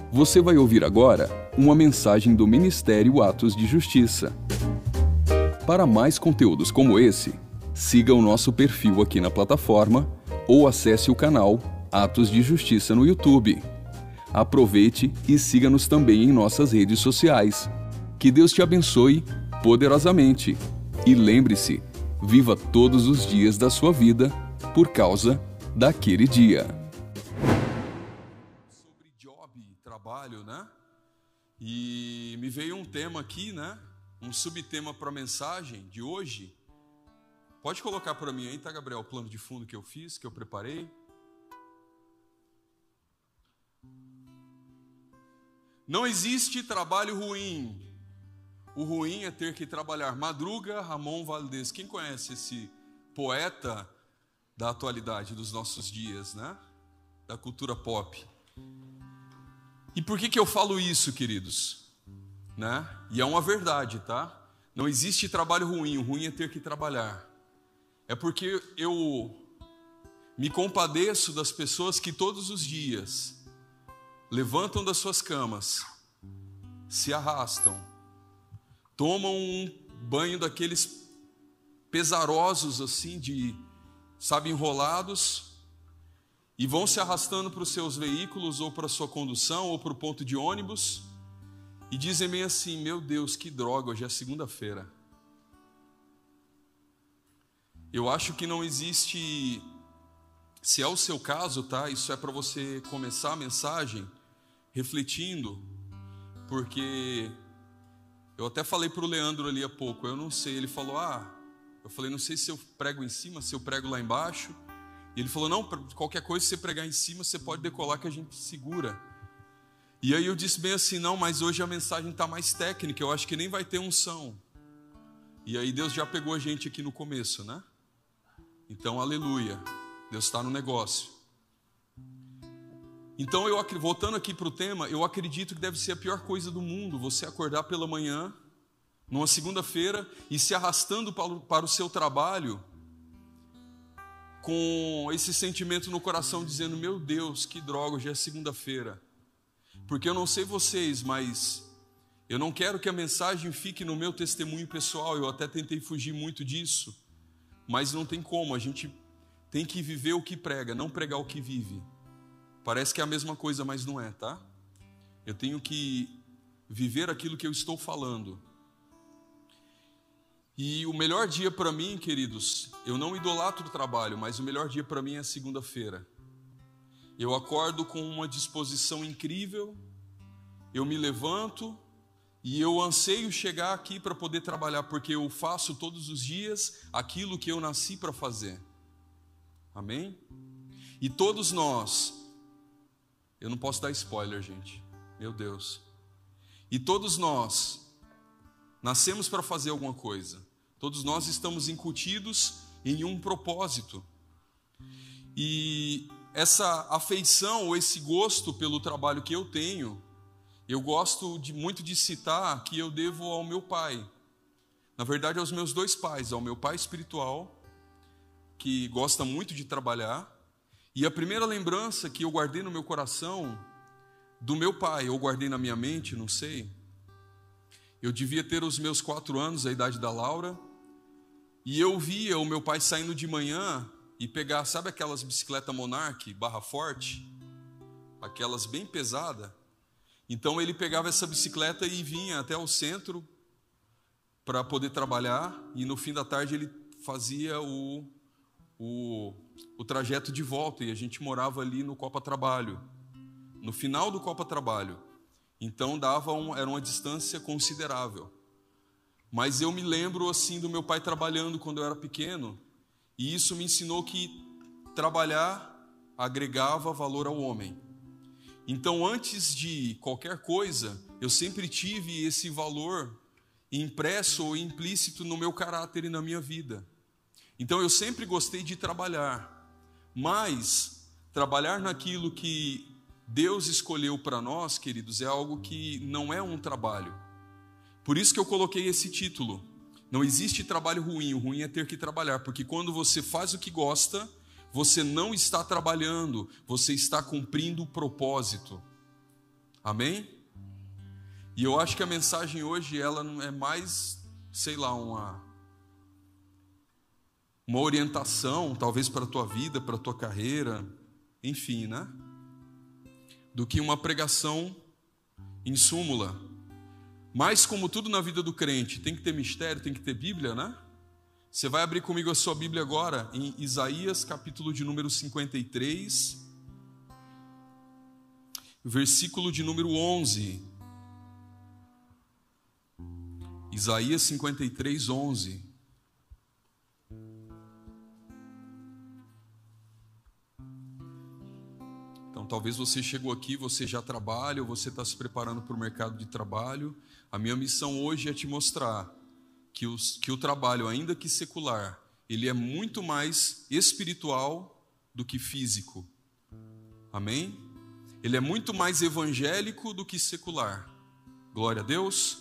Você vai ouvir agora uma mensagem do Ministério Atos de Justiça. Para mais conteúdos como esse, siga o nosso perfil aqui na plataforma ou acesse o canal Atos de Justiça no YouTube. Aproveite e siga-nos também em nossas redes sociais. Que Deus te abençoe poderosamente. E lembre-se, viva todos os dias da sua vida por causa daquele dia. Sobre job, trabalho, né? E me veio um tema aqui, né? Um subtema para a mensagem de hoje. Pode colocar para mim aí, tá, Gabriel? O plano de fundo que eu fiz, que eu preparei. Não existe trabalho ruim. O ruim é ter que trabalhar. Madruga Ramon Valdez. Quem conhece esse poeta da atualidade, dos nossos dias, né? Da cultura pop. E por que eu falo isso, queridos? Né? E é uma verdade, tá? Não existe trabalho ruim. O ruim é ter que trabalhar. É porque eu me compadeço das pessoas que todos os dias levantam das suas camas, se arrastam, tomam um banho daqueles pesarosos assim, sabe, enrolados, e vão se arrastando para os seus veículos, ou para a sua condução, ou para o ponto de ônibus, e dizem bem assim: meu Deus, que droga, hoje é segunda-feira. Eu acho que não existe, se é o seu caso, tá? Isso é para você começar a mensagem refletindo, porque eu até falei para o Leandro ali há pouco, eu não sei, ele falou, eu falei, não sei se eu prego em cima, se eu prego lá embaixo, e ele falou, não, qualquer coisa, se você pregar em cima, você pode decolar que a gente segura. E aí eu disse bem assim, não, mas hoje a mensagem está mais técnica, eu acho que nem vai ter unção. E aí Deus já pegou a gente aqui no começo, né? Então, aleluia, Deus está no negócio. Então, voltando aqui para o tema, eu acredito que deve ser a pior coisa do mundo, você acordar pela manhã, numa segunda-feira, e se arrastando para o seu trabalho, com esse sentimento no coração, dizendo, meu Deus, que droga, hoje é segunda-feira. Porque eu não sei vocês, mas eu não quero que a mensagem fique no meu testemunho pessoal, eu até tentei fugir muito disso, mas não tem como, a gente tem que viver o que prega, não pregar o que vive. Parece que é a mesma coisa, mas não é, tá? Eu tenho que viver aquilo que eu estou falando. E o melhor dia para mim, queridos, eu não idolatro o trabalho, mas o melhor dia para mim é segunda-feira. Eu acordo com uma disposição incrível, eu me levanto e eu anseio chegar aqui para poder trabalhar, porque eu faço todos os dias aquilo que eu nasci para fazer. Amém? E todos nós, eu não posso dar spoiler, gente, meu Deus. E todos nós nascemos para fazer alguma coisa. Todos nós estamos incutidos em um propósito. E essa afeição ou esse gosto pelo trabalho que eu tenho, eu gosto muito de citar que eu devo ao meu pai. Na verdade, aos meus dois pais, ao meu pai espiritual, que gosta muito de trabalhar, e a primeira lembrança que eu guardei no meu coração do meu pai, ou guardei na minha mente, não sei. Eu devia ter os meus 4 anos, a idade da Laura, e eu via o meu pai saindo de manhã e pegar, sabe aquelas bicicletas Monarch, barra forte? Aquelas bem pesadas. Então ele pegava essa bicicleta e vinha até o centro para poder trabalhar, e no fim da tarde ele fazia o trajeto de volta, e a gente morava ali no Copa Trabalho, no final do Copa Trabalho. Então era uma distância considerável. Mas eu me lembro assim do meu pai trabalhando quando eu era pequeno, e isso me ensinou que trabalhar agregava valor ao homem. Então, antes de qualquer coisa, eu sempre tive esse valor impresso ou implícito no meu caráter e na minha vida. Então, eu sempre gostei de trabalhar, mas trabalhar naquilo que Deus escolheu para nós, queridos, é algo que não é um trabalho. Por isso que eu coloquei esse título. Não existe trabalho ruim, o ruim é ter que trabalhar, porque quando você faz o que gosta, você não está trabalhando, você está cumprindo o propósito. Amém? E eu acho que a mensagem hoje, ela não é mais, sei lá, uma orientação, talvez para a tua vida, para a tua carreira, enfim, né? Do que uma pregação em súmula. Mas como tudo na vida do crente, tem que ter mistério, tem que ter Bíblia, né? Você vai abrir comigo a sua Bíblia agora em Isaías, capítulo de número 53, versículo de número 11. Isaías 53, 11. Então, talvez você chegou aqui, você já trabalha, ou você está se preparando para o mercado de trabalho. A minha missão hoje é te mostrar que o trabalho, ainda que secular, ele é muito mais espiritual do que físico. Amém? Ele é muito mais evangélico do que secular. Glória a Deus.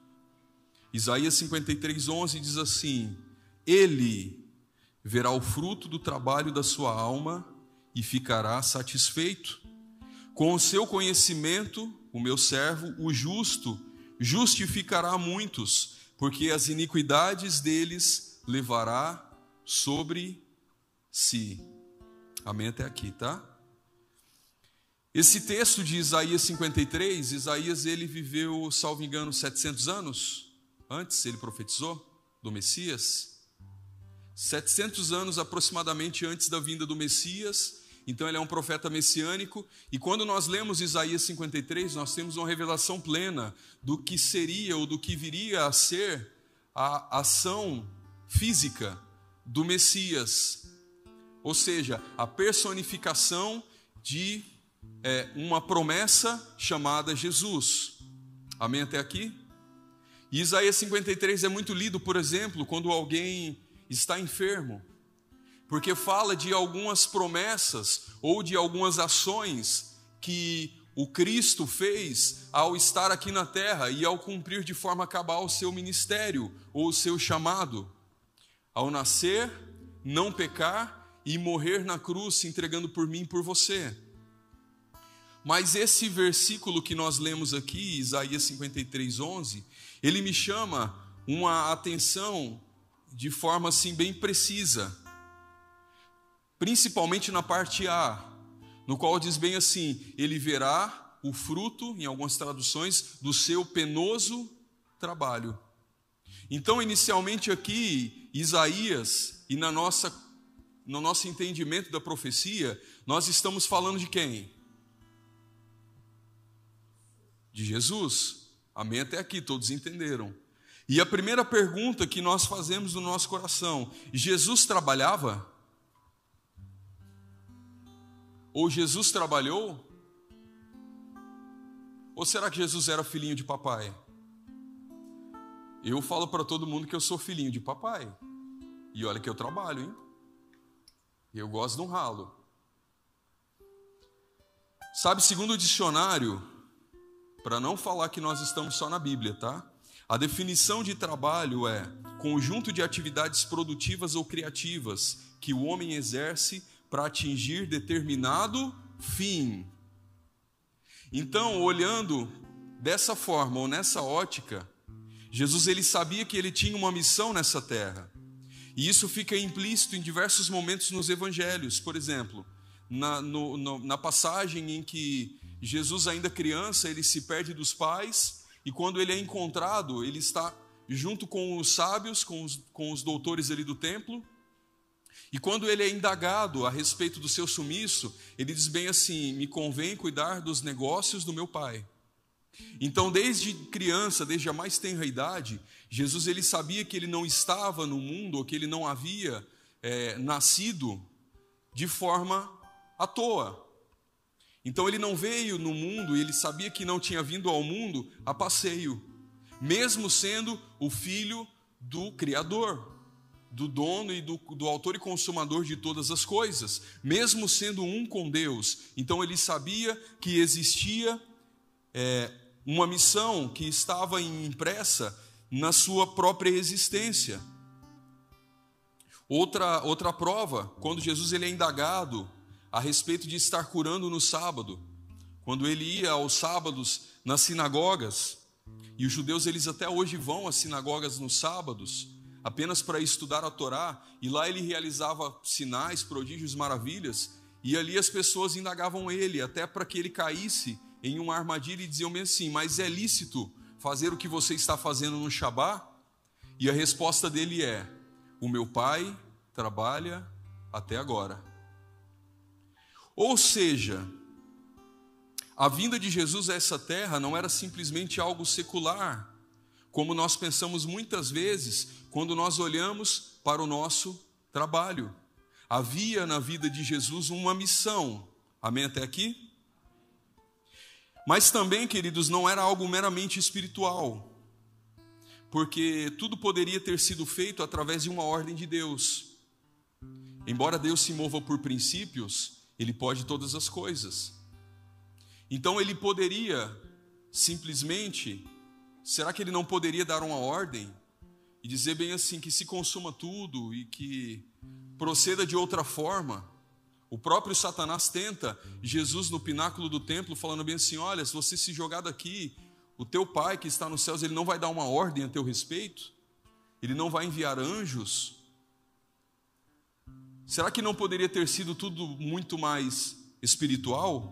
Isaías 53, 11 diz assim: Ele verá o fruto do trabalho da sua alma e ficará satisfeito. Com o seu conhecimento, o meu servo, o justo, justificará muitos, porque as iniquidades deles levará sobre si. Amém até aqui, tá? Esse texto de Isaías 53, Isaías ele viveu, salvo engano, 700 anos antes, ele profetizou do Messias. 700 anos aproximadamente antes da vinda do Messias. Então ele é um profeta messiânico, e quando nós lemos Isaías 53, nós temos uma revelação plena do que seria ou do que viria a ser a ação física do Messias, ou seja, a personificação de uma promessa chamada Jesus. Amém até aqui? E Isaías 53 é muito lido, por exemplo, quando alguém está enfermo, porque fala de algumas promessas ou de algumas ações que o Cristo fez ao estar aqui na terra e ao cumprir de forma cabal o seu ministério ou o seu chamado, ao nascer, não pecar e morrer na cruz, se entregando por mim e por você. Mas esse versículo que nós lemos aqui, Isaías 53, 11, ele me chama uma atenção de forma assim bem precisa, principalmente na parte A, no qual diz bem assim: ele verá o fruto, em algumas traduções, do seu penoso trabalho. Então, inicialmente aqui, Isaías, e no nosso entendimento da profecia, nós estamos falando de quem? De Jesus. Amém até aqui, todos entenderam. E a primeira pergunta que nós fazemos no nosso coração: Jesus trabalhava? Ou Jesus trabalhou? Ou será que Jesus era filhinho de papai? Eu falo para todo mundo que eu sou filhinho de papai. E olha que eu trabalho, hein? Eu gosto de um ralo. Sabe, segundo o dicionário, para não falar que nós estamos só na Bíblia, tá? A definição de trabalho é conjunto de atividades produtivas ou criativas que o homem exerce para atingir determinado fim. Então, olhando dessa forma ou nessa ótica, Jesus ele sabia que ele tinha uma missão nessa terra. E isso fica implícito em diversos momentos nos evangelhos. Por exemplo, na passagem em que Jesus, ainda criança, ele se perde dos pais, e quando ele é encontrado, ele está junto com os sábios, com os doutores ali do templo. E quando ele é indagado a respeito do seu sumiço, ele diz bem assim: me convém cuidar dos negócios do meu pai. Então, desde criança, desde a mais tenra idade, Jesus ele sabia que ele não estava no mundo, ou que ele não havia nascido de forma à toa. Então ele não veio no mundo, e ele sabia que não tinha vindo ao mundo a passeio, mesmo sendo o filho do Criador, do dono e do autor e consumador de todas as coisas, mesmo sendo um com Deus. Então ele sabia que existia uma missão que estava impressa na sua própria existência. Outra prova, quando Jesus ele é indagado a respeito de estar curando no sábado, quando ele ia aos sábados nas sinagogas, e os judeus eles até hoje vão às sinagogas nos sábados, apenas para estudar a Torá, e lá ele realizava sinais, prodígios, maravilhas, e ali as pessoas indagavam ele, até para que ele caísse em uma armadilha e diziam bem assim: mas é lícito fazer o que você está fazendo no Shabá? E a resposta dele é: o meu pai trabalha até agora. Ou seja, a vinda de Jesus a essa terra não era simplesmente algo secular, como nós pensamos muitas vezes quando nós olhamos para o nosso trabalho. Havia na vida de Jesus uma missão. Amém até aqui? Mas também, queridos, não era algo meramente espiritual, porque tudo poderia ter sido feito através de uma ordem de Deus. Embora Deus se mova por princípios, Ele pode todas as coisas. Então Ele poderia simplesmente, será que Ele não poderia dar uma ordem e dizer bem assim, que se consuma tudo e que proceda de outra forma? O próprio Satanás tenta Jesus no pináculo do templo, falando bem assim: olha, se você se jogar daqui, o teu pai que está nos céus, ele não vai dar uma ordem a teu respeito? Ele não vai enviar anjos? Será que não poderia ter sido tudo muito mais espiritual?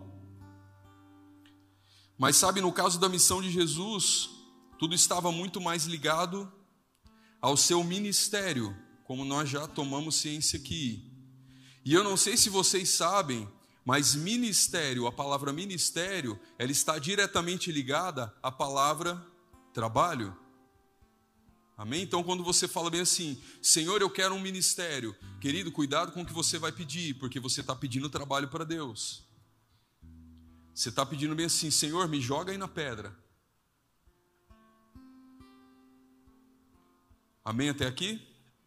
Mas sabe, no caso da missão de Jesus, tudo estava muito mais ligado ao seu ministério, como nós já tomamos ciência aqui. E eu não sei se vocês sabem, mas ministério, a palavra ministério, ela está diretamente ligada à palavra trabalho. Amém? Então quando você fala bem assim: Senhor, eu quero um ministério, querido, cuidado com o que você vai pedir, porque você está pedindo trabalho para Deus. Você está pedindo bem assim: Senhor, me joga aí na pedra. Amém até aqui?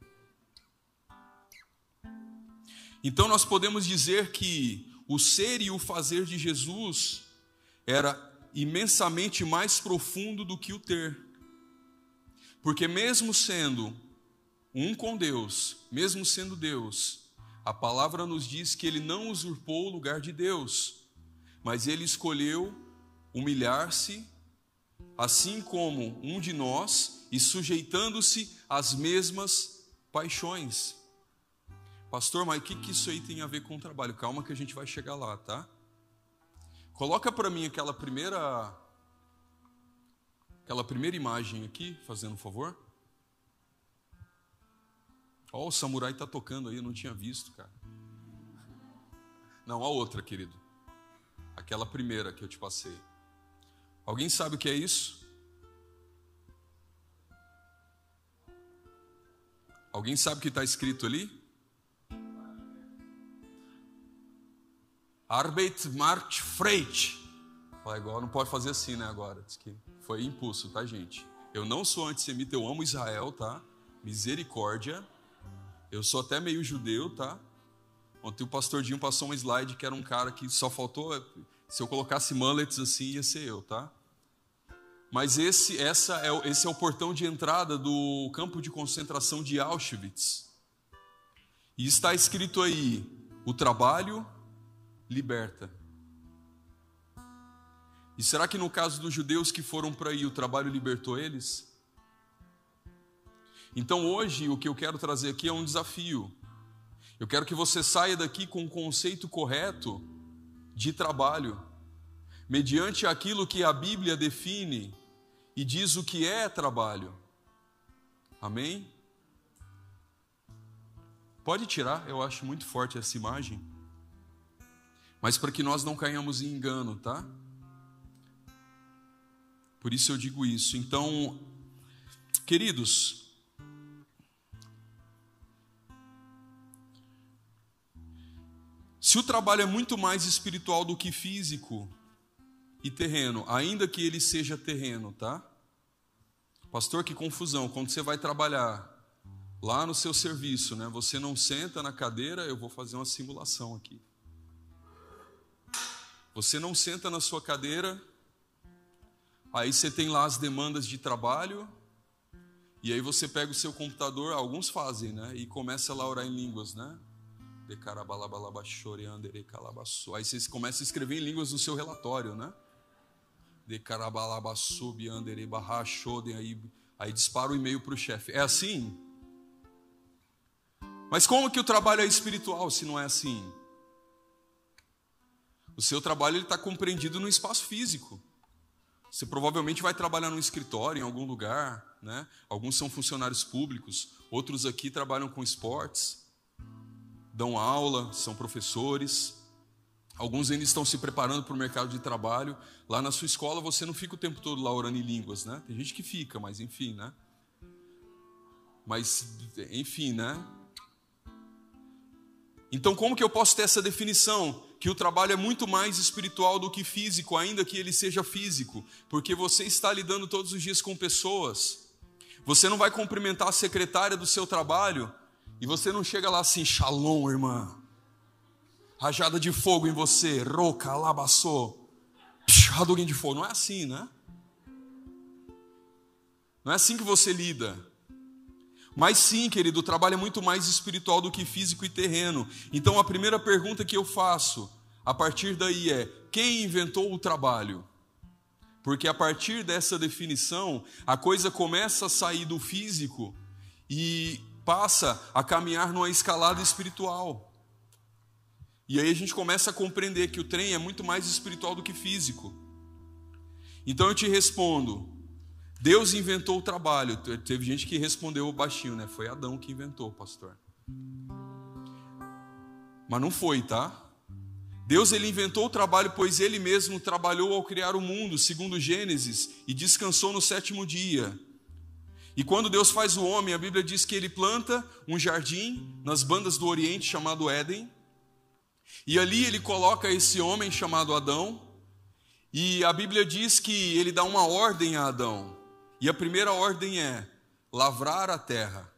Então nós podemos dizer que o ser e o fazer de Jesus era imensamente mais profundo do que o ter. Porque mesmo sendo um com Deus, mesmo sendo Deus, a palavra nos diz que Ele não usurpou o lugar de Deus, mas Ele escolheu humilhar-se, assim como um de nós, e sujeitando-se às mesmas paixões. Pastor, mas o que isso aí tem a ver com o trabalho? Calma que a gente vai chegar lá, tá? Coloca para mim aquela primeira imagem aqui, fazendo um favor. Ó, o samurai está tocando aí, eu não tinha visto, cara. Não, a outra, querido. Aquela primeira que eu te passei. Alguém sabe o que é isso? Alguém sabe o que está escrito ali? Arbeit macht frei. Fala igual, não pode fazer assim, né, agora. Diz que foi impulso, tá, gente? Eu não sou antissemita, eu amo Israel, tá? Misericórdia. Eu sou até meio judeu, tá? Ontem o pastor Dinho passou um slide que era um cara que só faltou... Se eu colocasse mullets assim, ia ser eu, tá? Mas esse é o portão de entrada do campo de concentração de Auschwitz. E está escrito aí: o trabalho liberta. E será que no caso dos judeus que foram para aí, o trabalho libertou eles? Então hoje o que eu quero trazer aqui é um desafio. Eu quero que você saia daqui com o conceito correto de trabalho, mediante aquilo que a Bíblia define e diz o que é trabalho. Amém? Pode tirar, eu acho muito forte essa imagem. Mas para que nós não caiamos em engano, tá? Por isso eu digo isso. Então, queridos, se o trabalho é muito mais espiritual do que físico e terreno, ainda que ele seja terreno, tá? Pastor, que confusão. Quando você vai trabalhar lá no seu serviço, né? Você não senta na cadeira, eu vou fazer uma simulação aqui. Você não senta na sua cadeira, aí você tem lá as demandas de trabalho, e aí você pega o seu computador, alguns fazem, né? E começa lá a orar em línguas, né? Aí vocês começam a escrever em línguas no seu relatório, né? Aí dispara o e-mail para o chefe. É assim? Mas como que o trabalho é espiritual se não é assim? O seu trabalho está compreendido no espaço físico. Você provavelmente vai trabalhar num escritório, em algum lugar, né? Alguns são funcionários públicos, outros aqui trabalham com esportes, dão aula, são professores. Alguns ainda estão se preparando para o mercado de trabalho. Lá na sua escola você não fica o tempo todo lá orando em línguas, né? Tem gente que fica, mas enfim, né? Então como que eu posso ter essa definição? Que o trabalho é muito mais espiritual do que físico, ainda que ele seja físico. Porque você está lidando todos os dias com pessoas. Você não vai cumprimentar a secretária do seu trabalho e você não chega lá assim, shalom, irmã. Rajada de fogo em você, roca, alabaçô, raduguinho de fogo. Não é assim, né? Não é assim que você lida. Mas sim, querido, o trabalho é muito mais espiritual do que físico e terreno. Então a primeira pergunta que eu faço a partir daí é: quem inventou o trabalho? Porque a partir dessa definição, a coisa começa a sair do físico e passa a caminhar numa escalada espiritual. E aí a gente começa a compreender que o trem é muito mais espiritual do que físico. Então eu te respondo: Deus inventou o trabalho. Teve gente que respondeu baixinho, né? Foi Adão que inventou, pastor. Mas não foi, tá? Deus, ele inventou o trabalho, pois ele mesmo trabalhou ao criar o mundo, segundo Gênesis, e descansou no 7º dia. E quando Deus faz o homem, a Bíblia diz que ele planta um jardim nas bandas do Oriente chamado Éden. E ali ele coloca esse homem chamado Adão. E a Bíblia diz que ele dá uma ordem a Adão. E a primeira ordem é lavrar a terra.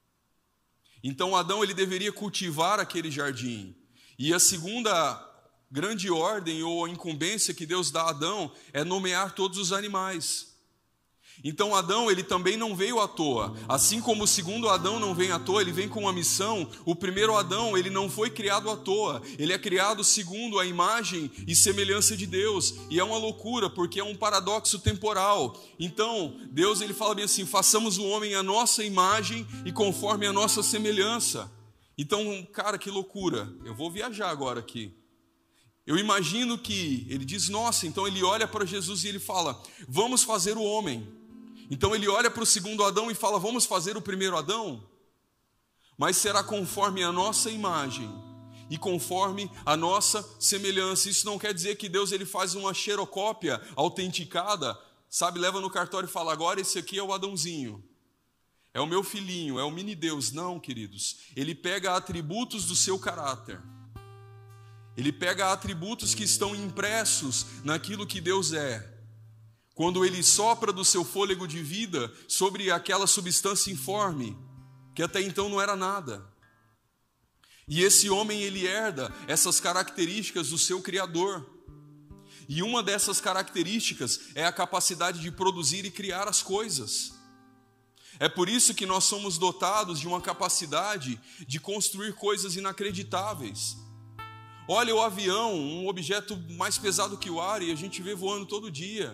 Então Adão, ele deveria cultivar aquele jardim. E a segunda grande ordem ou incumbência que Deus dá a Adão é nomear todos os animais. Então Adão, ele também não veio à toa. Assim como o segundo Adão não vem à toa, ele vem com uma missão. O primeiro Adão, ele não foi criado à toa. Ele é criado segundo a imagem e semelhança de Deus. E é uma loucura, porque é um paradoxo temporal. Então, Deus, ele fala bem assim: façamos o homem à nossa imagem e conforme a nossa semelhança. Então, cara, que loucura. Eu vou viajar agora aqui. Eu imagino que ele diz, nossa, então ele olha para Jesus e ele fala, vamos fazer o homem. Então ele olha para o segundo Adão e fala, vamos fazer o primeiro Adão? Mas será conforme a nossa imagem e conforme a nossa semelhança. Isso não quer dizer que Deus, ele faz uma xerocópia autenticada, sabe, leva no cartório e fala, agora esse aqui é o Adãozinho. É o meu filhinho, é o mini Deus. Não, queridos. Ele pega atributos do seu caráter. Ele pega atributos que estão impressos naquilo que Deus é. Quando ele sopra do seu fôlego de vida sobre aquela substância informe, que até então não era nada. E esse homem, ele herda essas características do seu Criador. E uma dessas características é a capacidade de produzir e criar as coisas. É por isso que nós somos dotados de uma capacidade de construir coisas inacreditáveis. Olha o avião, um objeto mais pesado que o ar, e a gente vê voando todo dia.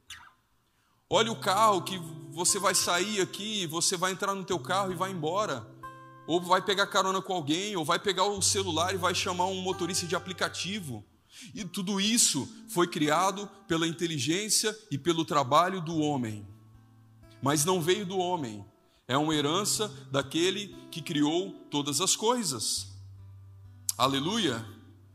Olha o carro, que você vai sair aqui, você vai entrar no teu carro e vai embora. Ou vai pegar carona com alguém, ou vai pegar o celular e vai chamar um motorista de aplicativo. E tudo isso foi criado pela inteligência e pelo trabalho do homem. Mas não veio do homem, é uma herança daquele que criou todas as coisas. Aleluia!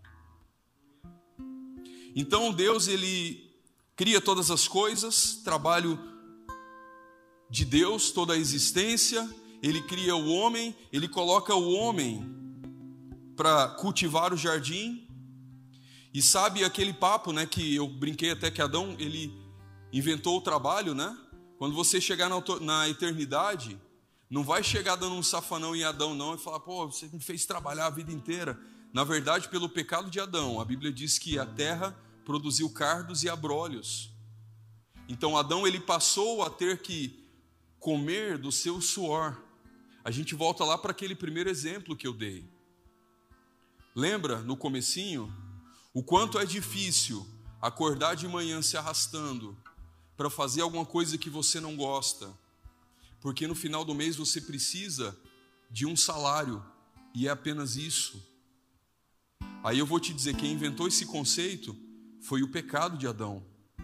Então Deus, ele cria todas as coisas, trabalho de Deus, toda a existência, ele cria o homem, ele coloca o homem para cultivar o jardim. E sabe aquele papo, né, que eu brinquei até que Adão, ele inventou o trabalho, né? Quando você chegar na eternidade, não vai chegar dando um safanão em Adão não e falar, pô, você me fez trabalhar a vida inteira. Na verdade, pelo pecado de Adão, a Bíblia diz que a terra produziu cardos e abrolhos. Então Adão, ele passou a ter que comer do seu suor. A gente volta lá para aquele primeiro exemplo que eu dei. Lembra no comecinho? O quanto é difícil acordar de manhã se arrastando para fazer alguma coisa que você não gosta, porque no final do mês você precisa de um salário, e é apenas isso. Aí eu vou te dizer, quem inventou esse conceito foi o pecado de Adão.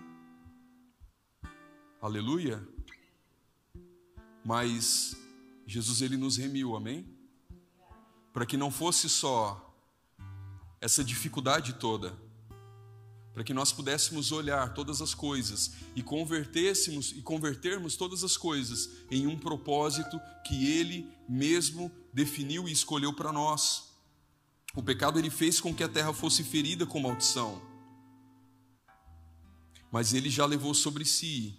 Aleluia. Mas Jesus, ele nos remiu, amém? Para que não fosse só essa dificuldade toda, para que nós pudéssemos olhar todas as coisas e convertermos todas as coisas em um propósito que Ele mesmo definiu e escolheu para nós. O pecado, ele fez com que a terra fosse ferida com maldição, mas Ele já levou sobre si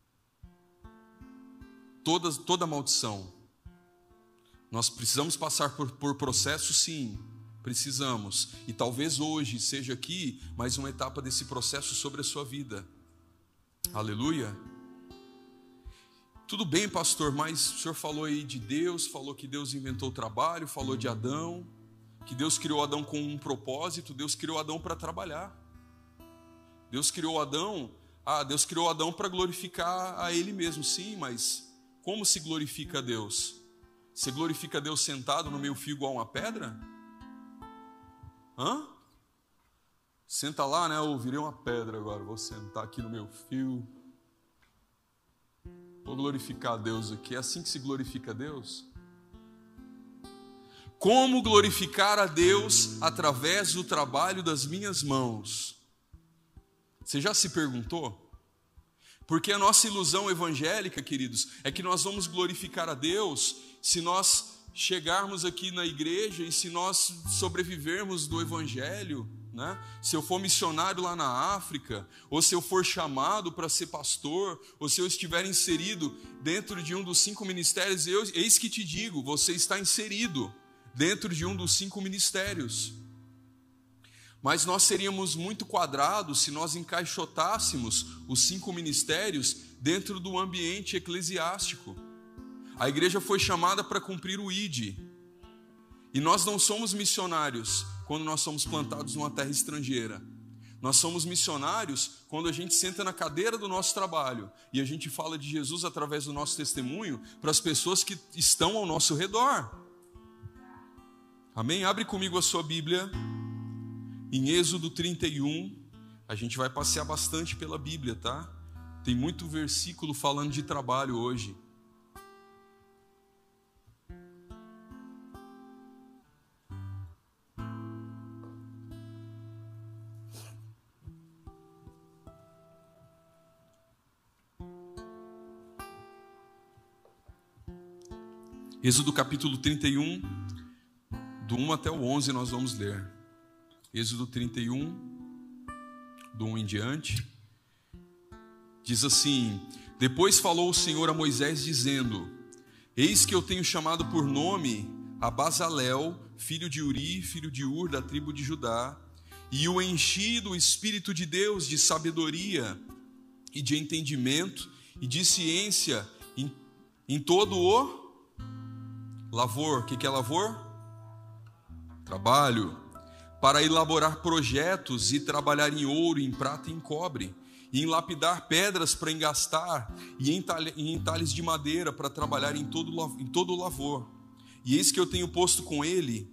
toda a maldição. Nós precisamos passar por processo, sim, precisamos, e talvez hoje seja aqui mais uma etapa desse processo sobre a sua vida. Aleluia. Tudo bem, pastor, mas o senhor falou aí de Deus, falou que Deus inventou o trabalho, falou de Adão, que Deus criou Adão com um propósito. Deus criou Adão para trabalhar. Deus criou Adão para glorificar a Ele mesmo, sim, mas como se glorifica a Deus? Você glorifica a Deus sentado no meio fio igual uma pedra? Senta lá, né? Eu virei uma pedra agora, vou sentar aqui no meu fio. Vou glorificar a Deus aqui. É assim que se glorifica a Deus? Como glorificar a Deus através do trabalho das minhas mãos? Você já se perguntou? Porque a nossa ilusão evangélica, queridos, é que nós vamos glorificar a Deus se nós chegarmos aqui na igreja e se nós sobrevivermos do evangelho, né? Se eu for missionário lá na África, ou se eu for chamado para ser pastor, ou se eu estiver inserido dentro de um dos 5 ministérios, eis que te digo, você está inserido dentro de um dos 5 ministérios. Mas nós seríamos muito quadrados se nós encaixotássemos os 5 ministérios dentro do ambiente eclesiástico. A igreja foi chamada para cumprir o ID. E nós não somos missionários quando nós somos plantados numa terra estrangeira. Nós somos missionários quando a gente senta na cadeira do nosso trabalho e a gente fala de Jesus através do nosso testemunho para as pessoas que estão ao nosso redor. Amém? Abre comigo a sua Bíblia em Êxodo 31. A gente vai passear bastante pela Bíblia, tá? Tem muito versículo falando de trabalho hoje. Êxodo capítulo 31, do 1 até o 11 nós vamos ler. Êxodo 31, do 1 em diante. Diz assim: Depois falou o Senhor a Moisés dizendo: Eis que eu tenho chamado por nome a Bazalel, filho de Uri, filho de Ur, da tribo de Judá, e o enchi do Espírito de Deus, de sabedoria e de entendimento e de ciência em todo o lavor. O que é lavor? Trabalho. Para elaborar projetos e trabalhar em ouro, em prata e em cobre, e em lapidar pedras para engastar, e em entalhes de madeira para trabalhar em todo o lavor. E eis que eu tenho posto com ele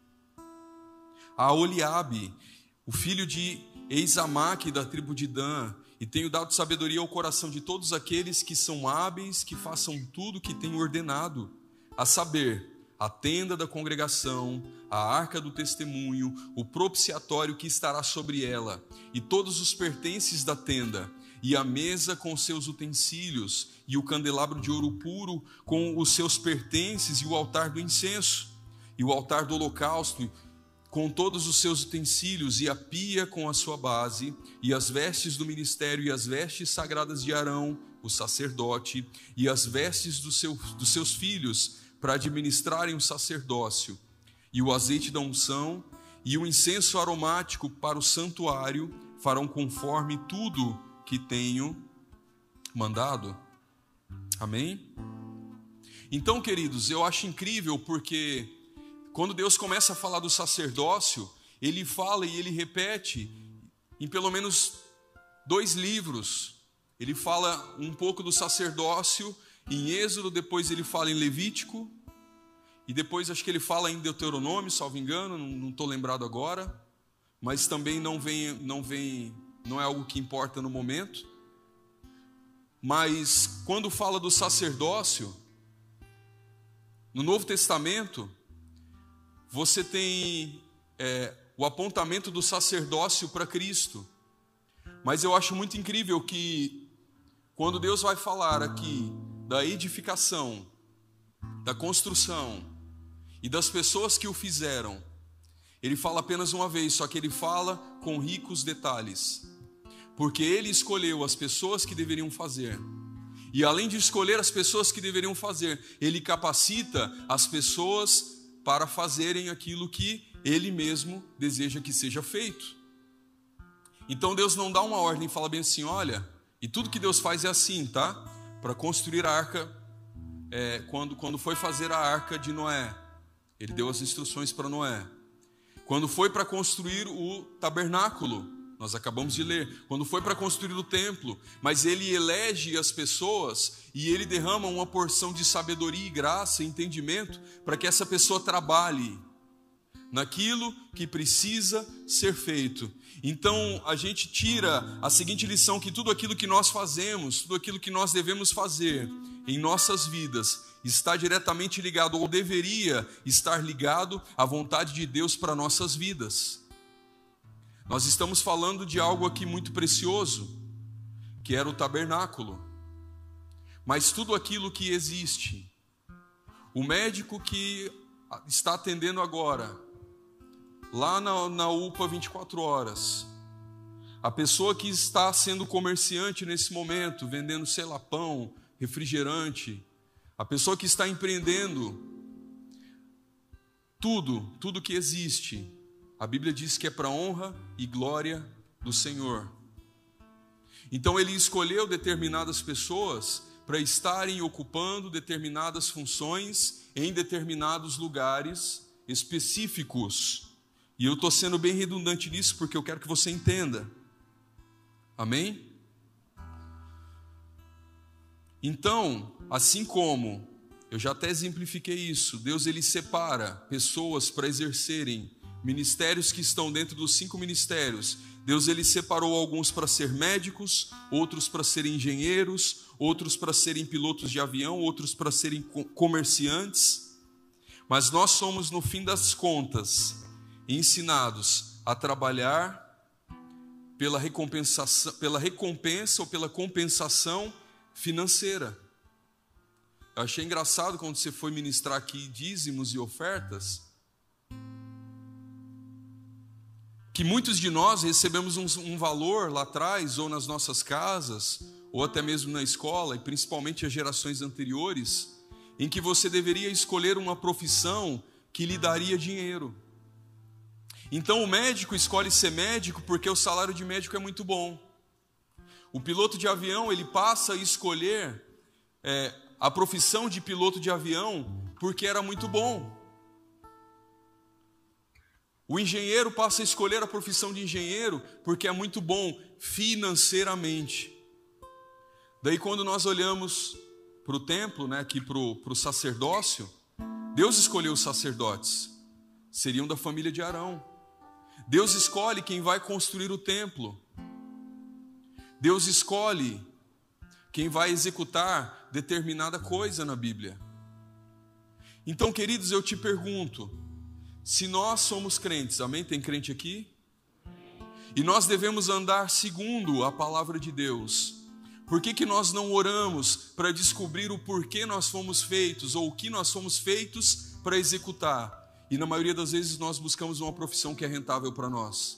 a Oliabe, o filho de Eisamaque, da tribo de Dan, e tenho dado sabedoria ao coração de todos aqueles que são hábeis, que façam tudo o que tenho ordenado, a saber, a tenda da congregação, a arca do testemunho, o propiciatório que estará sobre ela, e todos os pertences da tenda, e a mesa com seus utensílios, e o candelabro de ouro puro com os seus pertences, e o altar do incenso, e o altar do holocausto, com todos os seus utensílios, e a pia com a sua base, e as vestes do ministério, e as vestes sagradas de Arão, o sacerdote, e as vestes dos seus filhos, para administrarem o sacerdócio, e o azeite da unção, e o incenso aromático para o santuário, farão conforme tudo que tenho mandado. Amém? Então, queridos, eu acho incrível porque quando Deus começa a falar do sacerdócio, ele fala e ele repete em pelo menos 2 livros. Ele fala um pouco do sacerdócio em Êxodo, depois ele fala em Levítico, e depois acho que ele fala em Deuteronômio, salvo engano, não estou lembrado agora, mas também não é algo que importa no momento. Mas quando fala do sacerdócio, no Novo Testamento, você tem o apontamento do sacerdócio para Cristo. Mas eu acho muito incrível que quando Deus vai falar aqui da edificação, da construção e das pessoas que o fizeram, ele fala apenas uma vez, só que ele fala com ricos detalhes. Porque ele escolheu as pessoas que deveriam fazer. E além de escolher as pessoas que deveriam fazer, ele capacita as pessoas para fazerem aquilo que ele mesmo deseja que seja feito. Então Deus não dá uma ordem e fala bem assim, olha, e tudo que Deus faz é assim, tá? Para construir a arca, quando foi fazer a arca de Noé, ele deu as instruções para Noé. Quando foi para construir o tabernáculo, nós acabamos de ler, quando foi para construir o templo, mas ele elege as pessoas e ele derrama uma porção de sabedoria e graça e entendimento para que essa pessoa trabalhe naquilo que precisa ser feito. Então a gente tira a seguinte lição, que tudo aquilo que nós fazemos, tudo aquilo que nós devemos fazer em nossas vidas está diretamente ligado, ou deveria estar ligado à vontade de Deus para nossas vidas. Nós estamos falando de algo aqui muito precioso, que era o tabernáculo. Mas tudo aquilo que existe, o médico que está atendendo agora, lá na UPA 24 horas, a pessoa que está sendo comerciante nesse momento, vendendo, sei lá, pão, refrigerante, a pessoa que está empreendendo, tudo que existe, a Bíblia diz que é para a honra e glória do Senhor. Então ele escolheu determinadas pessoas para estarem ocupando determinadas funções em determinados lugares específicos. E eu estou sendo bem redundante nisso porque eu quero que você entenda. Amém? Então, assim como eu já até exemplifiquei isso, Deus ele separa pessoas para exercerem ministérios que estão dentro dos 5 ministérios. Deus ele separou alguns para ser médicos, outros para serem engenheiros, outros para serem pilotos de avião, outros para serem comerciantes. Mas nós somos, no fim das contas, ensinados a trabalhar pela recompensa ou pela compensação financeira. Eu achei engraçado quando você foi ministrar aqui dízimos e ofertas, que muitos de nós recebemos um valor lá atrás, ou nas nossas casas, ou até mesmo na escola, e principalmente as gerações anteriores, em que você deveria escolher uma profissão que lhe daria dinheiro. Então o médico escolhe ser médico porque o salário de médico é muito bom. O piloto de avião, ele passa a escolher a profissão de piloto de avião porque era muito bom. O engenheiro passa a escolher a profissão de engenheiro porque é muito bom financeiramente. Daí quando nós olhamos para o templo, aqui para o sacerdócio, Deus escolheu os sacerdotes, seriam da família de Arão. Deus escolhe quem vai construir o templo. Deus escolhe quem vai executar determinada coisa na Bíblia. Então, queridos, eu te pergunto, se nós somos crentes, amém? Tem crente aqui? E nós devemos andar segundo a palavra de Deus. Por que nós não oramos para descobrir o porquê nós fomos feitos, ou o que nós fomos feitos para executar? E na maioria das vezes nós buscamos uma profissão que é rentável para nós.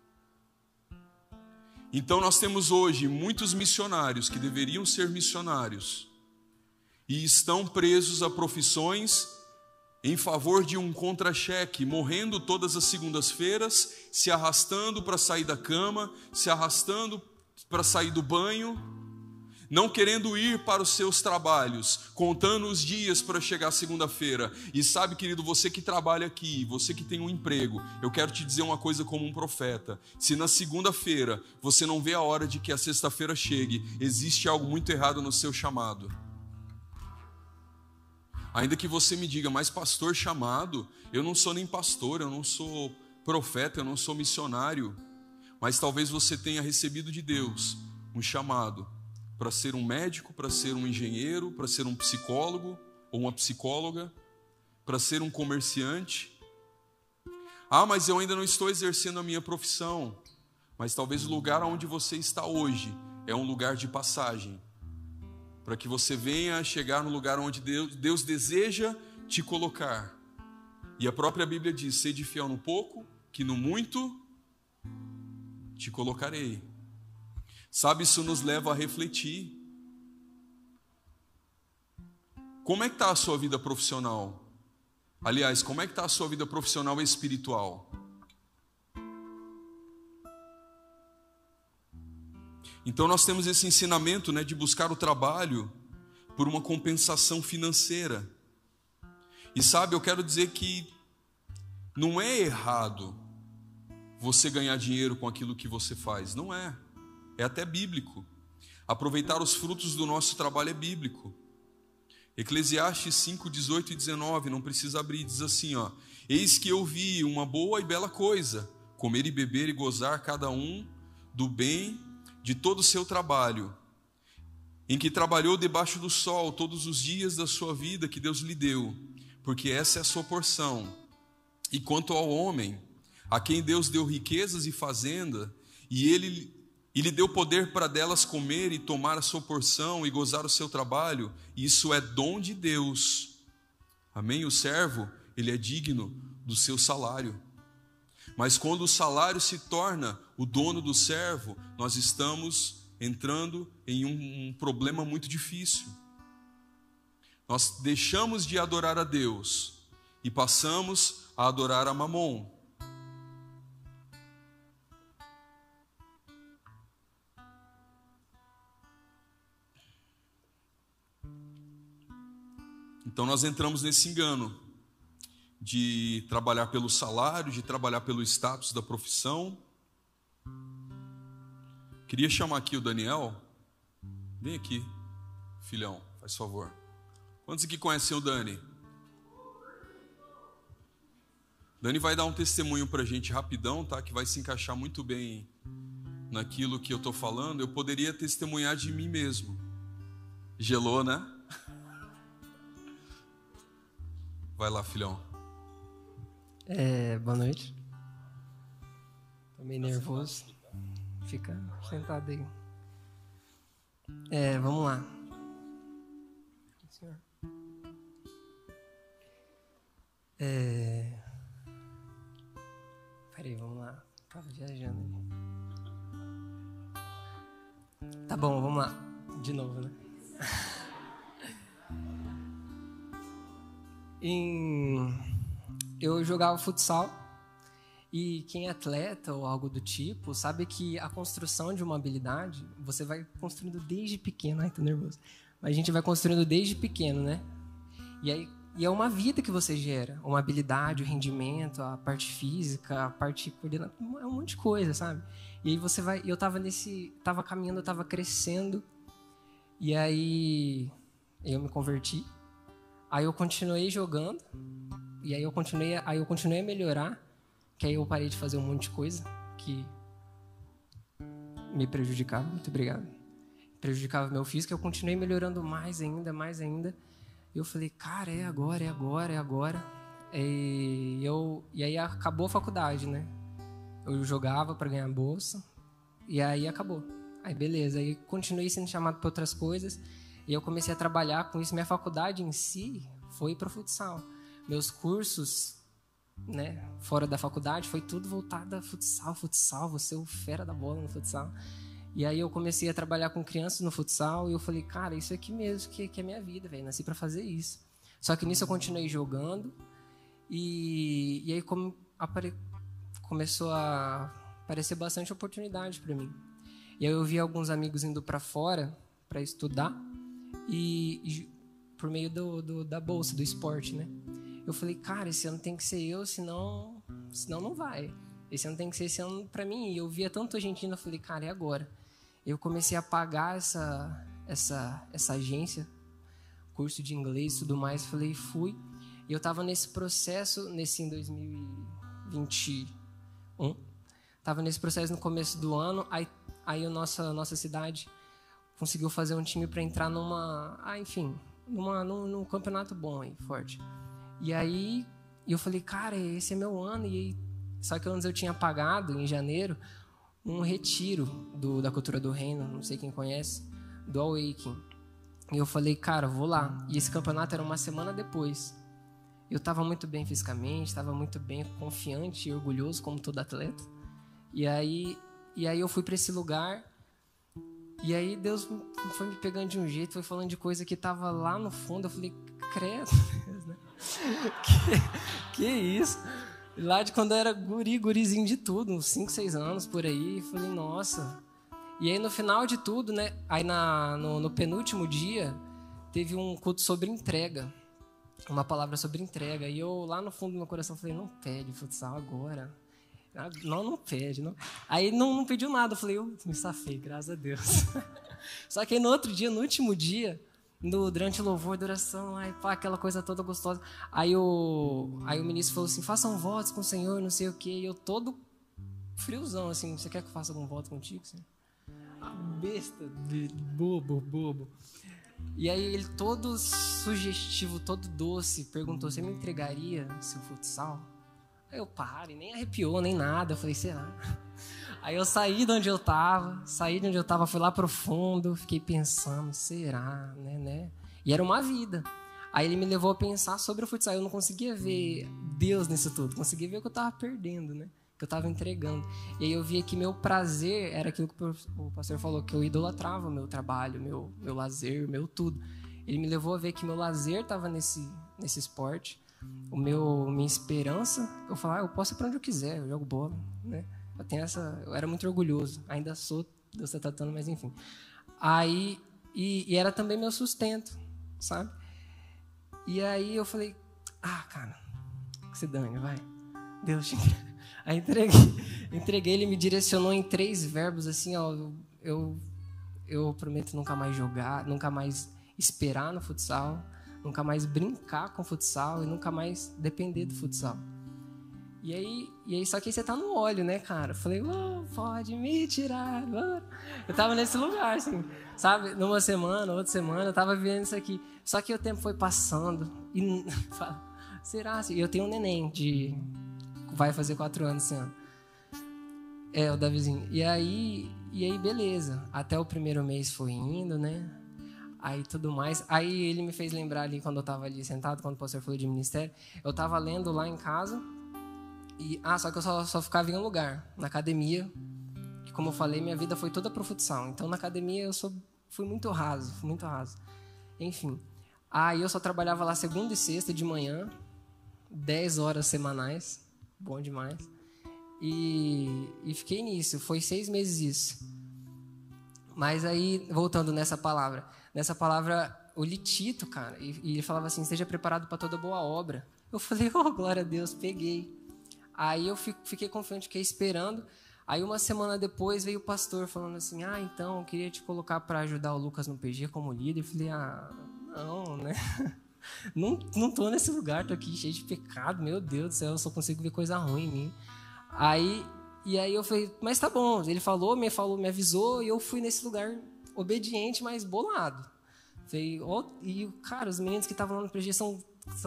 Então nós temos hoje muitos missionários que deveriam ser missionários e estão presos a profissões em favor de um contra-cheque, morrendo todas as segundas-feiras, se arrastando para sair da cama, se arrastando para sair do banho. não querendo ir para os seus trabalhos, contando os dias para chegar segunda-feira. E sabe, querido, você que trabalha aqui, você que tem um emprego, eu quero te dizer uma coisa como um profeta: se na segunda-feira você não vê a hora de que a sexta-feira chegue, existe algo muito errado no seu chamado. Ainda que você me diga, mas pastor, chamado, eu não sou nem pastor, eu não sou profeta, eu não sou missionário, mas talvez você tenha recebido de Deus um chamado para ser um médico, para ser um engenheiro, para ser um psicólogo ou uma psicóloga, para ser um comerciante. Ah, mas eu ainda não estou exercendo a minha profissão. Mas talvez o lugar onde você está hoje é um lugar de passagem, para que você venha chegar no lugar onde Deus deseja te colocar. E a própria Bíblia diz: sede fiel no pouco, que no muito te colocarei. Sabe, isso nos leva a refletir. Como é que está a sua vida profissional? Aliás, como é que está a sua vida profissional e espiritual? Então nós temos esse ensinamento, né, de buscar o trabalho por uma compensação financeira. E sabe, eu quero dizer que não é errado você ganhar dinheiro com aquilo que você faz. Não é. É até bíblico. Aproveitar os frutos do nosso trabalho é bíblico. Eclesiastes 5, 18 e 19, não precisa abrir, diz assim, ó: eis que eu vi uma boa e bela coisa, comer e beber e gozar cada um do bem de todo o seu trabalho, em que trabalhou debaixo do sol todos os dias da sua vida que Deus lhe deu, porque essa é a sua porção. E quanto ao homem, a quem Deus deu riquezas e fazenda, e ele lhe deu poder para delas comer e tomar a sua porção e gozar o seu trabalho, isso é dom de Deus. Amém? O servo, ele é digno do seu salário. Mas quando o salário se torna o dono do servo, nós estamos entrando em um problema muito difícil. Nós deixamos de adorar a Deus e passamos a adorar a Mamon. Então nós entramos nesse engano de trabalhar pelo salário, de trabalhar pelo status da profissão. Queria chamar aqui o Daniel. Vem aqui, filhão, faz favor. Quantos aqui conhecem o Dani? Dani vai dar um testemunho pra gente rapidão, tá? Que vai se encaixar muito bem naquilo que eu tô falando. Eu poderia testemunhar de mim mesmo. Gelou, né? Vai lá, filhão. Boa noite. Tô meio nervoso. Fica sentado aí. Vamos lá. Senhor. Peraí, vamos lá. Tava viajando aí. Tá bom, vamos lá. De novo, né? Eu jogava futsal, e quem é atleta ou algo do tipo sabe que a construção de uma habilidade você vai construindo desde pequeno. Ai, tô nervoso. Mas a gente vai construindo desde pequeno, né? E é uma vida que você gera, uma habilidade, o rendimento, a parte física, a parte coordenação, é um monte de coisa, sabe? E aí você vai, eu tava caminhando, eu tava crescendo, e aí eu me converti. Aí eu continuei jogando, e aí eu continuei a melhorar, que aí eu parei de fazer um monte de coisa que me prejudicava, muito obrigado, prejudicava meu físico. Eu continuei melhorando mais ainda, e eu falei, cara, é agora. E aí acabou a faculdade, né? Eu jogava para ganhar bolsa, e aí acabou. Aí beleza, aí continuei sendo chamado para outras coisas, e eu comecei a trabalhar com isso. Minha faculdade em si foi para o futsal. Meus cursos, né, fora da faculdade, foi tudo voltado a futsal, você é o fera da bola no futsal. E aí eu comecei a trabalhar com crianças no futsal, e eu falei, cara, isso aqui mesmo que é minha vida, velho, nasci para fazer isso. Só que nisso eu continuei jogando, e aí começou a aparecer bastante oportunidade para mim. E aí eu vi alguns amigos indo para fora para estudar e por meio da bolsa, do esporte, né? Eu falei, cara, esse ano tem que ser eu, senão não vai. Esse ano tem que ser esse ano para mim. E eu via tanto argentino, eu falei, cara, é agora. Eu comecei a pagar essa agência, curso de inglês e tudo mais. Falei, fui. E eu tava nesse processo, em 2021. Tava nesse processo no começo do ano. Aí a nossa cidade conseguiu fazer um time para entrar num campeonato bom aí, forte. E aí eu falei, cara, esse é meu ano. E aí, só que antes eu tinha pagado, em janeiro, um retiro da Cultura do Reino, não sei quem conhece, do Awakening. E eu falei, cara, vou lá. E esse campeonato era uma semana depois. Eu estava muito bem fisicamente, estava muito bem, confiante e orgulhoso, como todo atleta. E aí eu fui para esse lugar. E aí Deus foi me pegando de um jeito, foi falando de coisa que estava lá no fundo. Eu falei, credo, Deus, né? Que isso? Lá de quando eu era gurizinho de tudo, uns 5, 6 anos por aí. Falei, nossa. E aí no final de tudo, né? Aí no penúltimo dia, teve um culto sobre entrega. Uma palavra sobre entrega. E eu lá no fundo do meu coração falei, não pede futsal agora. Não pede. Não. Aí não pediu nada. Eu falei, eu me safei, graças a Deus. Só que aí no outro dia, no último dia, durante o louvor, adoração, aí, pá, aquela coisa toda gostosa. Aí o ministro falou assim, façam votos com o Senhor, não sei o quê. E eu todo friozão, assim, você quer que eu faça algum voto contigo, Senhor? Besta, bobo. E aí ele todo sugestivo, todo doce, perguntou, você me entregaria seu futsal? Aí eu parei, nem arrepiou, nem nada. Eu falei, será? Aí eu saí de onde eu tava, fui lá pro fundo, fiquei pensando, será, né? E era uma vida. Aí ele me levou a pensar sobre o futsal. Eu não conseguia ver Deus nisso tudo, conseguia ver que eu tava perdendo, né? Que eu tava entregando. E aí eu via que meu prazer era aquilo que o pastor falou, que eu idolatrava o meu trabalho, meu lazer, meu tudo. Ele me levou a ver que meu lazer tava nesse esporte, minha esperança, eu falava, eu posso ir pra onde eu quiser, eu jogo bola, né? Eu era muito orgulhoso, ainda sou, Deus tá tratando, mas enfim. Aí, e era também meu sustento, sabe? E aí eu falei, cara, que se dane, vai. Deus te entrega. Aí entreguei, ele me direcionou em 3 verbos, assim, ó, eu prometo nunca mais jogar, nunca mais esperar no futsal, nunca mais brincar com futsal e nunca mais depender do futsal. E aí só que aí você tá no óleo, né, cara? Eu falei, pode me tirar, mano. Eu tava nesse lugar, assim, sabe? Numa semana, outra semana, eu tava vivendo isso aqui. Só que o tempo foi passando e será assim? Eu tenho um neném vai fazer 4 anos esse ano. O Davizinho. E aí, beleza. Até o primeiro mês foi indo, né? Aí tudo mais. Aí ele me fez lembrar ali, quando eu tava ali sentado, quando o pastor falou de ministério, eu tava lendo lá em casa. Só que eu só ficava em um lugar, na academia. Que, como eu falei, minha vida foi toda pro futsal. Então, na academia, fui muito raso. Enfim. Aí eu só trabalhava lá segunda e sexta de manhã, 10 horas semanais. Bom demais. E fiquei nisso. Foi 6 meses isso. Mas aí, voltando nessa palavra, o Litito, cara, e ele falava assim, esteja preparado para toda boa obra. Eu falei, glória a Deus, peguei. Aí eu fiquei confiante, fiquei esperando. Aí uma semana depois veio o pastor falando assim, então, eu queria te colocar para ajudar o Lucas no PG como líder. Eu falei, não, né? Não tô nesse lugar, tô aqui cheio de pecado, meu Deus do céu, eu só consigo ver coisa ruim em mim. E aí eu falei, mas tá bom, ele me avisou, e eu fui nesse lugar obediente, mas bolado. Falei, e cara, os meninos que estavam lá no PG são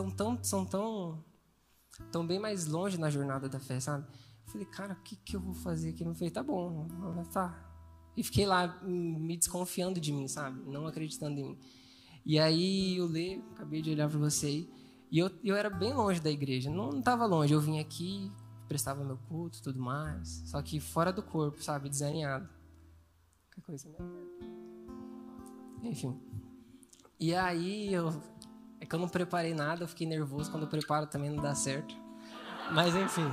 tão bem mais longe na jornada da fé, sabe? Eu falei, cara, o que eu vou fazer aqui? Eu falei, tá bom, tá. E fiquei lá me desconfiando de mim, sabe? Não acreditando em mim. E aí o Lê, acabei de olhar para você aí, e eu era bem longe da igreja, não estava longe, eu vim aqui, prestava meu culto e tudo mais, só que fora do corpo, sabe, desalinhado. Que coisa, né? Enfim. E aí é que eu não preparei nada, eu fiquei nervoso, quando eu preparo também não dá certo. Mas enfim.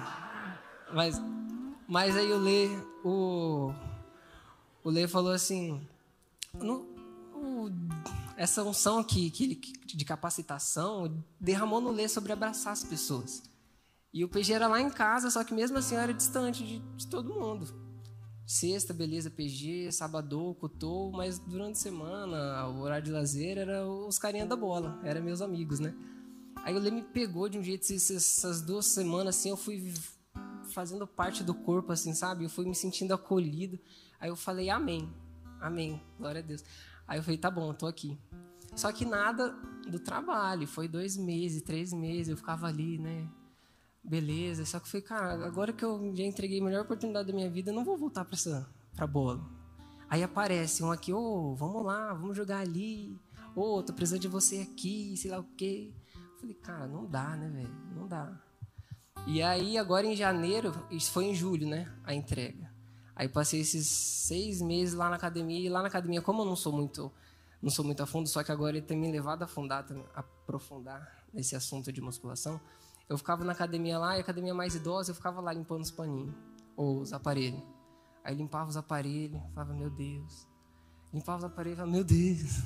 Mas aí o Lê falou assim, essa unção de capacitação derramou no Lê sobre abraçar as pessoas. E o PG era lá em casa, só que mesmo assim eu era distante de todo mundo. Sexta, beleza, PG, sábado, cutou, mas durante a semana, o horário de lazer era os carinha da bola, eram meus amigos, né? Aí o Lê me pegou de um jeito, essas 2 semanas, assim, eu fui fazendo parte do corpo, assim, sabe? Eu fui me sentindo acolhido. Aí eu falei, amém, glória a Deus. Aí eu falei, tá bom, tô aqui. Só que nada do trabalho, foi 2 meses, 3 meses, eu ficava ali, né? Beleza, só que eu falei, cara, agora que eu já entreguei a melhor oportunidade da minha vida, eu não vou voltar pra bola. Aí aparece um aqui, vamos lá, vamos jogar ali. Tô precisando de você aqui, sei lá o quê. Eu falei, cara, não dá, né, velho? Não dá. E aí, agora em janeiro, isso foi em julho, né, a entrega. Aí passei esses 6 meses lá na academia, e lá na academia, como eu não sou muito a fundo, só que agora ele tem me levado a aprofundar nesse assunto de musculação. Eu ficava na academia lá, e a academia mais idosa, eu ficava lá limpando os paninhos, ou os aparelhos. Aí limpava os aparelhos, falava, meu Deus. Limpava os aparelhos, falava, meu Deus.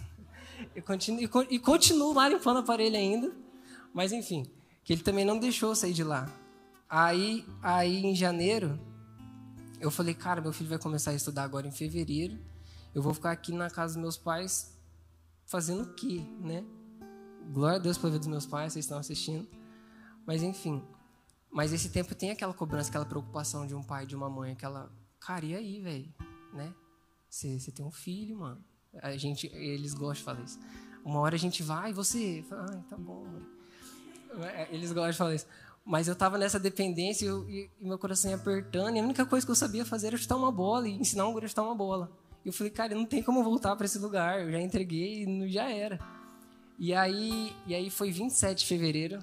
E continuo lá limpando o aparelho ainda, mas enfim, que ele também não deixou eu sair de lá. Aí em janeiro, eu falei, cara, meu filho vai começar a estudar agora em fevereiro, eu vou ficar aqui na casa dos meus pais fazendo o quê, né? Glória a Deus pela vida dos meus pais, vocês estão assistindo. Mas enfim, mas esse tempo tem aquela cobrança, aquela preocupação de um pai, de uma mãe, aquela, cara, e aí, velho, né? Você tem um filho, mano. Eles gostam de falar isso. Uma hora a gente vai, e você, ai, tá bom, mano. Eles gostam de falar isso. Mas eu tava nessa dependência e meu coração ia apertando, e a única coisa que eu sabia fazer era chutar uma bola e ensinar um guri a chutar uma bola. E eu falei, cara, não tem como voltar para esse lugar, eu já entreguei e já era. E aí foi 27 de fevereiro,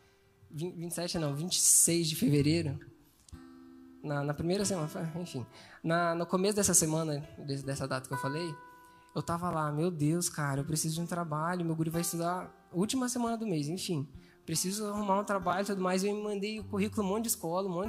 26 de fevereiro, na primeira semana, enfim, no começo dessa semana, dessa data que eu falei, eu tava lá, meu Deus, cara, eu preciso de um trabalho, meu guri vai estudar última semana do mês, enfim, preciso arrumar um trabalho e tudo mais, eu mandei o currículo, um monte de escola,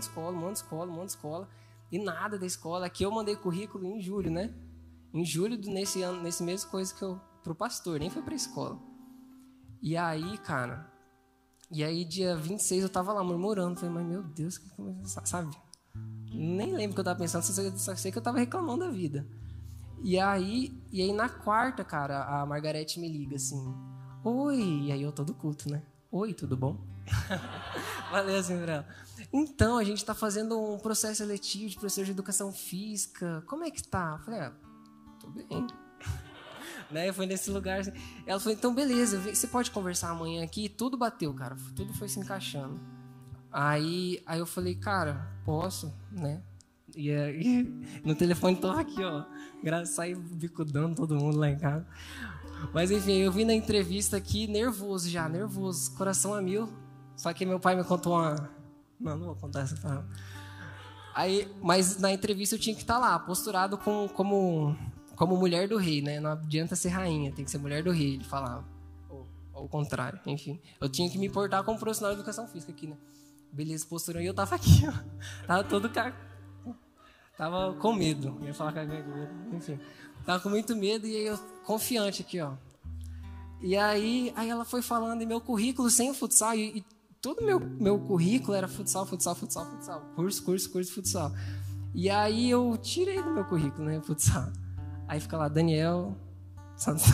e nada da escola. Aqui eu mandei currículo em julho, né? Em julho nesse mês, coisa que eu, pro pastor, nem foi pra escola. E aí, cara, dia 26 eu tava lá murmurando, falei, mas meu Deus, que coisa, sabe? Nem lembro o que eu tava pensando, só sei que eu tava reclamando da vida. E aí na quarta, cara, a Margarete me liga assim, oi, e aí eu tô do culto, né? Oi, tudo bom? Valeu, assim, pra ela. Então, a gente tá fazendo um processo seletivo de professor de educação física, como é que tá? Eu falei, tô bem. Né? Foi nesse lugar assim. Ela falou, então beleza, você pode conversar amanhã aqui? Tudo bateu, cara, tudo foi se encaixando. Aí eu falei, cara, posso, né? E no telefone tô aqui, ó, saí bicudando todo mundo lá em casa. Mas enfim, eu vim na entrevista aqui nervoso, coração a mil. Só que meu pai me contou não vou contar essa palavra. Mas na entrevista eu tinha que estar lá, posturado como mulher do rei, né? Não adianta ser rainha, tem que ser mulher do rei, ele falava. Ou ao contrário, enfim. Eu tinha que me portar como profissional de educação física aqui, né? Beleza, posturou, e eu tava aqui, ó. Tava todo tava com medo. Ia falar com enfim. Tava com muito medo e aí eu confiante aqui, ó. E aí ela foi falando em meu currículo sem o futsal e todo meu currículo era futsal. Curso, futsal. E aí eu tirei do meu currículo, né, futsal. Aí fica lá, Daniel Santos.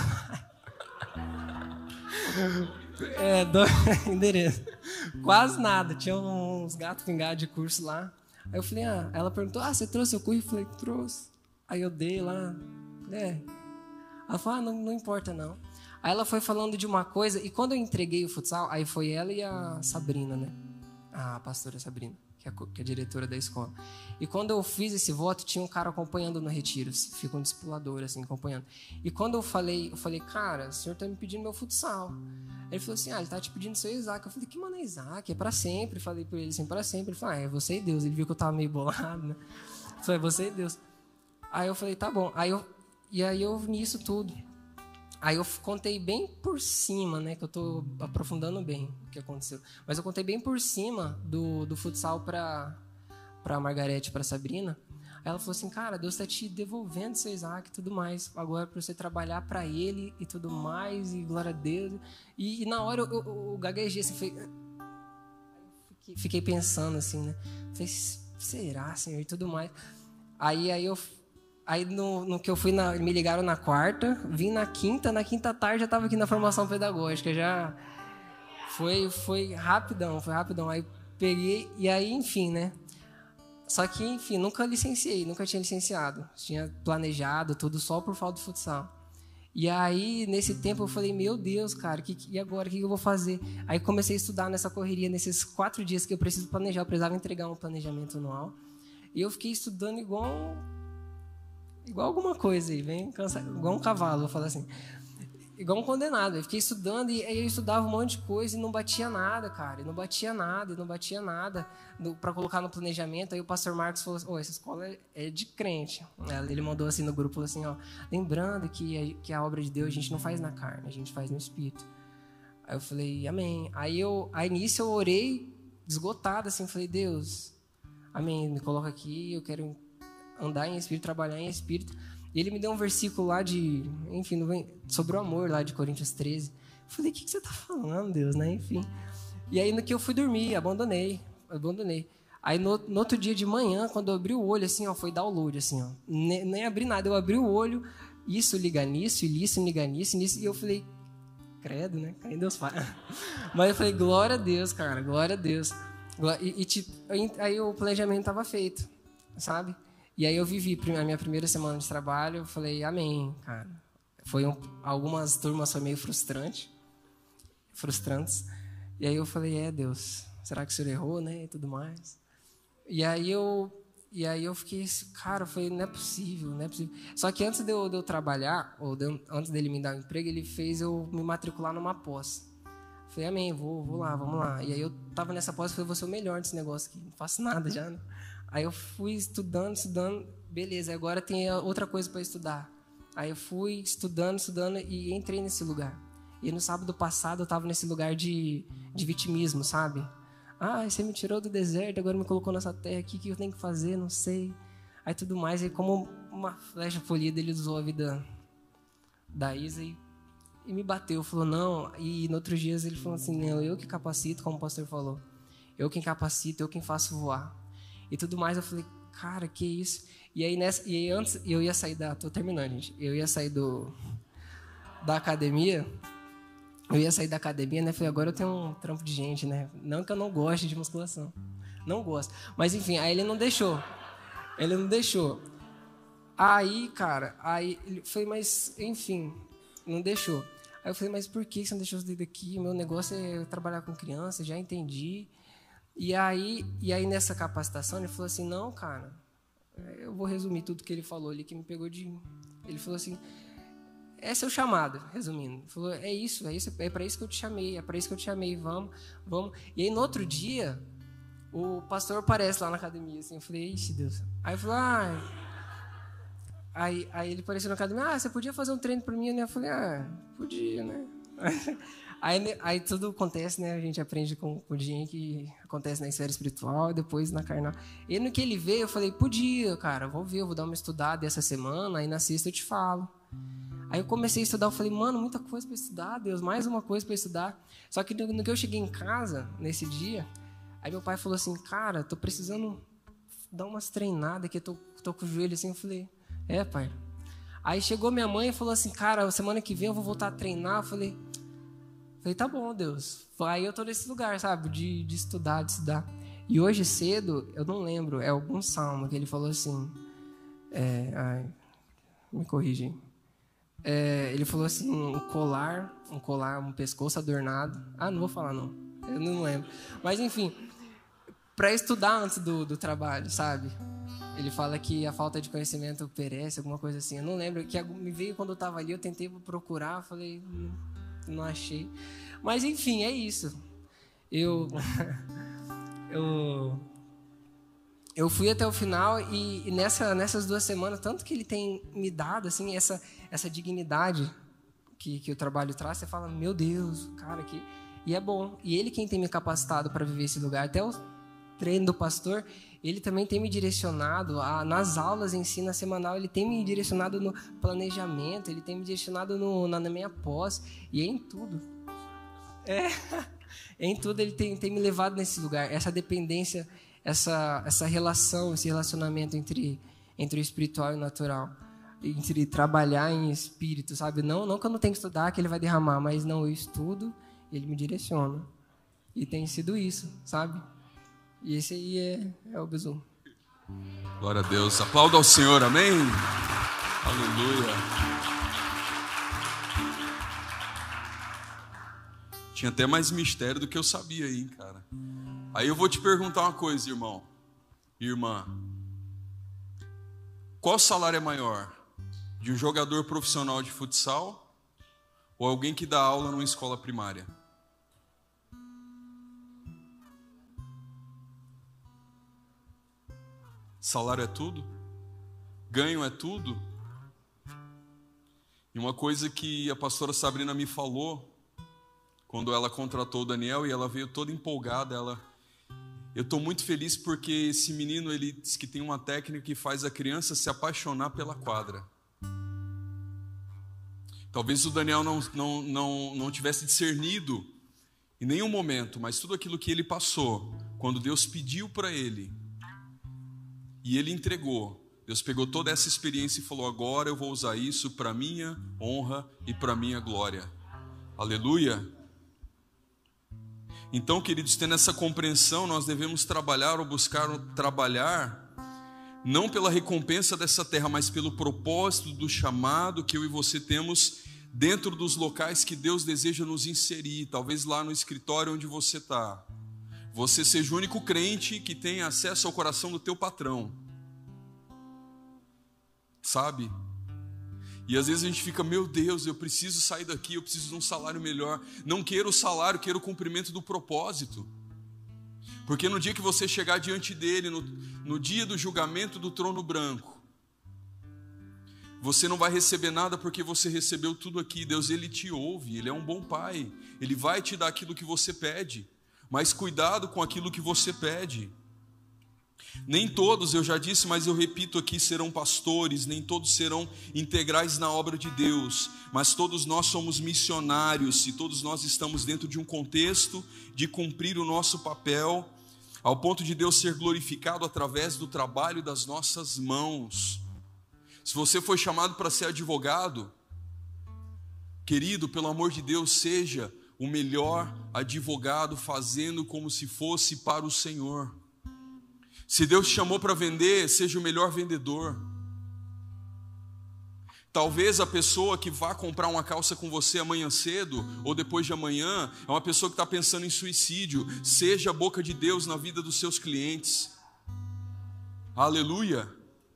Endereço. Quase nada. Tinha uns gatos pingados de curso lá. Aí eu falei, ela perguntou, você trouxe seu currículo? Eu falei, trouxe. Aí eu dei lá, Ela falou, não importa não. Aí ela foi falando de uma coisa, e quando eu entreguei o futsal, aí foi ela e a Sabrina, né? A pastora Sabrina, que é a diretora da escola. E quando eu fiz esse voto, tinha um cara acompanhando no retiro, fica um discipulador, assim, acompanhando. E quando eu falei, cara, o senhor tá me pedindo meu futsal. Ele falou assim, ele tá te pedindo seu Isaac. Eu falei, que mano é Isaac? É pra sempre. Falei pra ele assim, pra sempre. Ele falou, é você e Deus. Ele viu que eu tava meio bolado, né? Eu falei, você e Deus. Aí eu falei, tá bom. Aí eu nisso tudo. Aí eu contei bem por cima, né? Que eu tô aprofundando bem o que aconteceu. Mas eu contei bem por cima do futsal pra Margarete, pra Sabrina. Aí ela falou assim, cara, Deus está te devolvendo seu Isaac e tudo mais. Agora para você trabalhar para ele e tudo mais, e glória a Deus. E na hora eu gaguejei assim, fiquei pensando assim, né? Falei, será, Senhor, e tudo mais. Aí no que eu fui, me ligaram na quarta, vim na quinta tarde já estava aqui na formação pedagógica, já foi rapidão. Aí peguei, e aí, enfim, né? Só que, enfim, nunca tinha licenciado. Tinha planejado tudo só por falta de futsal. E aí, nesse tempo, eu falei, meu Deus, cara, e agora? O que eu vou fazer? Aí comecei a estudar nessa correria, nesses 4 dias que eu preciso planejar. Eu precisava entregar um planejamento anual. E eu fiquei estudando igual alguma coisa aí, igual um cavalo, vou falar assim. Igual um condenado. Eu fiquei estudando e aí eu estudava um monte de coisa e não batia nada, cara. Não batia nada para colocar no planejamento. Aí o pastor Marcos falou, essa escola é de crente. Ele mandou assim no grupo, assim, lembrando que a obra de Deus a gente não faz na carne, a gente faz no Espírito. Aí eu falei, amém. Aí nisso eu orei, esgotado, assim, falei, Deus, amém, me coloca aqui, eu quero andar em Espírito, trabalhar em Espírito. E ele me deu um versículo lá sobre o amor, lá de Coríntios 13. Eu falei, o que você tá falando, Deus, né? Enfim. E aí, no que eu fui dormir, abandonei. Aí, no outro dia de manhã, quando eu abri o olho, assim, foi download, assim, nem abri nada. Eu abri o olho, isso liga nisso, e isso liga nisso, e eu falei, credo, né? Aí Deus fala. Mas eu falei, glória a Deus, cara, glória a Deus. Aí o planejamento tava feito, sabe? E aí eu vivi a minha primeira semana de trabalho, eu falei, amém, cara. Algumas turmas foi meio frustrantes. E aí eu falei, Deus, será que o Senhor errou, né? E tudo mais. E aí eu fiquei, cara, não é possível. Só que antes de eu trabalhar, antes dele me dar um emprego, ele fez eu me matricular numa pós. Falei, amém, vou lá, vamos lá. E aí eu tava nessa pós e falei, vou ser o melhor desse negócio aqui. Não faço nada já, né? Aí eu fui estudando, beleza, agora tem outra coisa para estudar. Aí eu fui estudando e entrei nesse lugar. E no sábado passado eu estava nesse lugar de vitimismo, sabe? Você me tirou do deserto, agora me colocou nessa terra aqui, o que eu tenho que fazer, não sei. Aí tudo mais, aí como uma flecha polida, ele usou a vida da Isa e me bateu, falou não. E no outro dia ele falou assim, não, eu que capacito, como o pastor falou. Eu quem capacito, eu quem faço voar. E tudo mais, eu falei, cara, que isso? E aí antes, eu ia sair tô terminando, gente. Eu ia sair da academia. Né? Falei, agora eu tenho um trampo de gente, né? Não que eu não goste de musculação. Não gosto. Mas, enfim, aí ele não deixou. Aí, cara, ele falei, mas, enfim, não deixou. Aí eu falei, mas por que você não deixou isso daqui? Meu negócio é trabalhar com criança, já entendi. E aí nessa capacitação ele falou assim, não, cara, eu vou resumir tudo que ele falou ali, que me pegou ele falou assim, é seu chamado, resumindo. Ele falou, é isso, é para isso que eu te chamei, vamos. E aí no outro dia, o pastor aparece lá na academia, assim, eu falei, ixi, Deus. Aí eu falei, aí ele apareceu na academia, você podia fazer um treino para mim, né? Eu falei, podia, né? Aí tudo acontece, né? A gente aprende com o dia que acontece na esfera espiritual e depois na carnal. E no que ele veio, eu falei, podia, cara, vou dar uma estudada essa semana, aí na sexta eu te falo. Aí eu comecei a estudar, eu falei, mano, muita coisa para estudar, Deus, mais uma coisa para estudar. Só que no que eu cheguei em casa, nesse dia, aí meu pai falou assim, cara, tô precisando dar umas treinadas, que eu tô com o joelho assim. Eu falei, pai. Aí chegou minha mãe e falou assim, cara, semana que vem eu vou voltar a treinar. Eu falei, tá bom, Deus. Aí eu tô nesse lugar, sabe, de estudar. E hoje cedo, eu não lembro, é algum salmo que ele falou assim, me corrigem. Ele falou assim, um pescoço adornado. Não vou falar não, eu não lembro. Mas enfim, para estudar antes do trabalho, sabe? Ele fala que a falta de conhecimento perece, alguma coisa assim. Eu não lembro, que me veio quando eu tava ali, eu tentei procurar, falei, não achei. Mas enfim, é isso. Eu fui até o final e nessas 2 semanas, tanto que ele tem me dado assim, essa dignidade que o trabalho traz, você fala, meu Deus, cara, e é bom. E ele quem tem me capacitado para viver esse lugar treino do pastor, ele também tem me direcionado, nas aulas, ensino semanal, ele tem me direcionado no planejamento, ele tem me direcionado na minha pós, e em tudo. Em tudo ele tem me levado nesse lugar, essa dependência, essa relação, esse relacionamento entre o espiritual e o natural, entre trabalhar em espírito, sabe? Não que eu não tenho que estudar, que ele vai derramar, mas não, eu estudo, ele me direciona. E tem sido isso, sabe? E esse aí é o Bizu. Glória a Deus. Aplauda ao Senhor, amém? Aleluia. Tinha até mais mistério do que eu sabia aí, cara. Aí eu vou te perguntar uma coisa, irmão. Irmã. Qual salário é maior? De um jogador profissional de futsal ou alguém que dá aula numa escola primária? Salário é tudo? Ganho é tudo? E uma coisa que a pastora Sabrina me falou, quando ela contratou o Daniel e ela veio toda empolgada, eu estou muito feliz porque esse menino, ele diz que tem uma técnica que faz a criança se apaixonar pela quadra. Talvez o Daniel não tivesse discernido em nenhum momento, mas tudo aquilo que ele passou, quando Deus pediu para ele, e ele entregou. Deus pegou toda essa experiência e falou: agora eu vou usar isso para minha honra e para minha glória. Aleluia. Então, queridos, tendo essa compreensão, nós devemos trabalhar ou buscar trabalhar não pela recompensa dessa terra, mas pelo propósito do chamado que eu e você temos dentro dos locais que Deus deseja nos inserir. Talvez lá no escritório onde você está, você seja o único crente que tem acesso ao coração do teu patrão, sabe? E às vezes a gente fica: meu Deus, eu preciso sair daqui, eu preciso de um salário melhor. Não quero o salário, quero o cumprimento do propósito. Porque no dia que você chegar diante dele, no dia do julgamento do trono branco, você não vai receber nada porque você recebeu tudo aqui. Deus, ele te ouve, ele é um bom pai, ele vai te dar aquilo que você pede. Mas cuidado com aquilo que você pede. Nem todos, eu já disse, mas eu repito aqui, serão pastores, nem todos serão integrais na obra de Deus, mas todos nós somos missionários e todos nós estamos dentro de um contexto de cumprir o nosso papel, ao ponto de Deus ser glorificado através do trabalho das nossas mãos. Se você foi chamado para ser advogado, querido, pelo amor de Deus, seja o melhor advogado, fazendo como se fosse para o Senhor. Se Deus te chamou para vender, seja o melhor vendedor. Talvez a pessoa que vá comprar uma calça com você amanhã cedo ou depois de amanhã é uma pessoa que está pensando em suicídio. Seja a boca de Deus na vida dos seus clientes. Aleluia.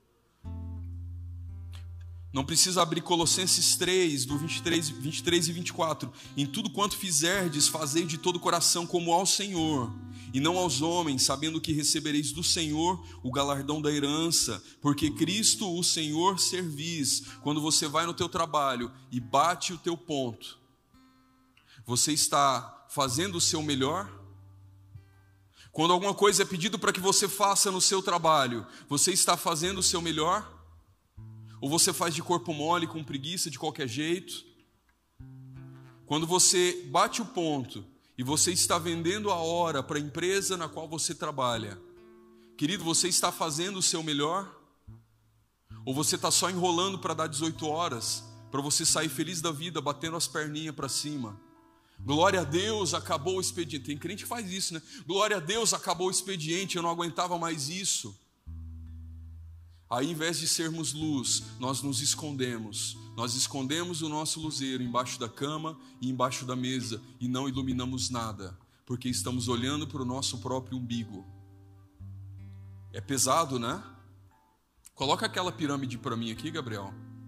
Não precisa abrir Colossenses 3, do 23 e 24. Em tudo quanto fizerdes, fazei de todo o coração como ao Senhor, e não aos homens, sabendo que recebereis do Senhor o galardão da herança, porque Cristo o Senhor servis. Quando você vai no teu trabalho e bate o teu ponto, você está fazendo o seu melhor? Quando alguma coisa é pedido para que você faça no seu trabalho, você está fazendo o seu melhor? Ou você faz de corpo mole, com preguiça, de qualquer jeito? Quando você bate o ponto e você está vendendo a hora para a empresa na qual você trabalha, querido, você está fazendo o seu melhor? Ou você está só enrolando para dar 18 horas, para você sair feliz da vida, batendo as perninhas para cima? Glória a Deus, acabou o expediente. Tem crente que faz isso, né? Glória a Deus, acabou o expediente, eu não aguentava mais isso. Aí, em vez de sermos luz, nós nos escondemos. Nós escondemos o nosso luzeiro embaixo da cama e embaixo da mesa e não iluminamos nada, porque estamos olhando para o nosso próprio umbigo. É pesado, né? Coloca aquela pirâmide para mim aqui, Gabriel.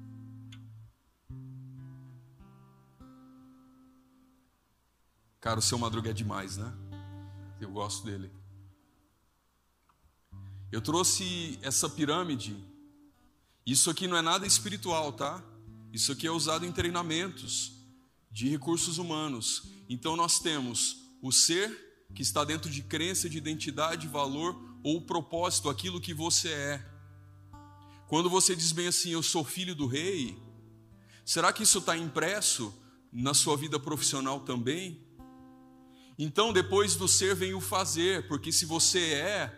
Cara, o seu Madruga é demais, né? Eu gosto dele. Eu trouxe essa pirâmide. Isso aqui não é nada espiritual, tá? Isso aqui é usado em treinamentos de recursos humanos. Então nós temos o ser que está dentro de crença, de identidade, valor ou propósito, aquilo que você é. Quando você diz bem assim, eu sou filho do rei, será que isso está impresso na sua vida profissional também? Então, depois do ser vem o fazer, porque se você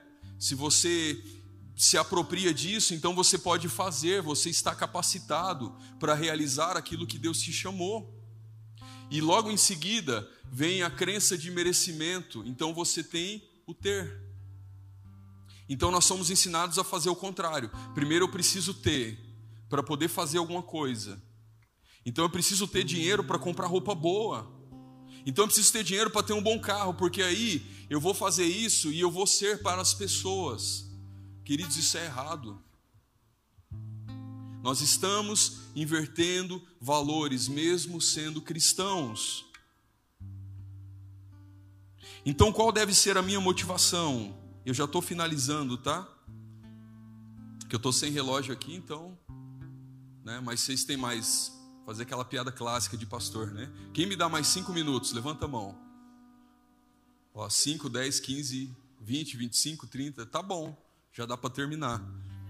se apropria disso, então você pode fazer, você está capacitado para realizar aquilo que Deus te chamou. E logo em seguida vem a crença de merecimento, então você tem o ter. Então nós somos ensinados a fazer o contrário. Primeiro eu preciso ter para poder fazer alguma coisa. Então eu preciso ter dinheiro para comprar roupa boa. Então eu preciso ter dinheiro para ter um bom carro, porque aí eu vou fazer isso e eu vou ser para as pessoas. Queridos, isso é errado. Nós estamos invertendo valores, mesmo sendo cristãos. Então, qual deve ser a minha motivação? Eu já estou finalizando, tá? Porque eu estou sem relógio aqui, então, né? Mas vocês têm mais, fazer aquela piada clássica de pastor, né? Quem me dá mais 5 minutos? Levanta a mão. Ó, 5, 10, 15, 20, 25, 30, tá bom, já dá para terminar.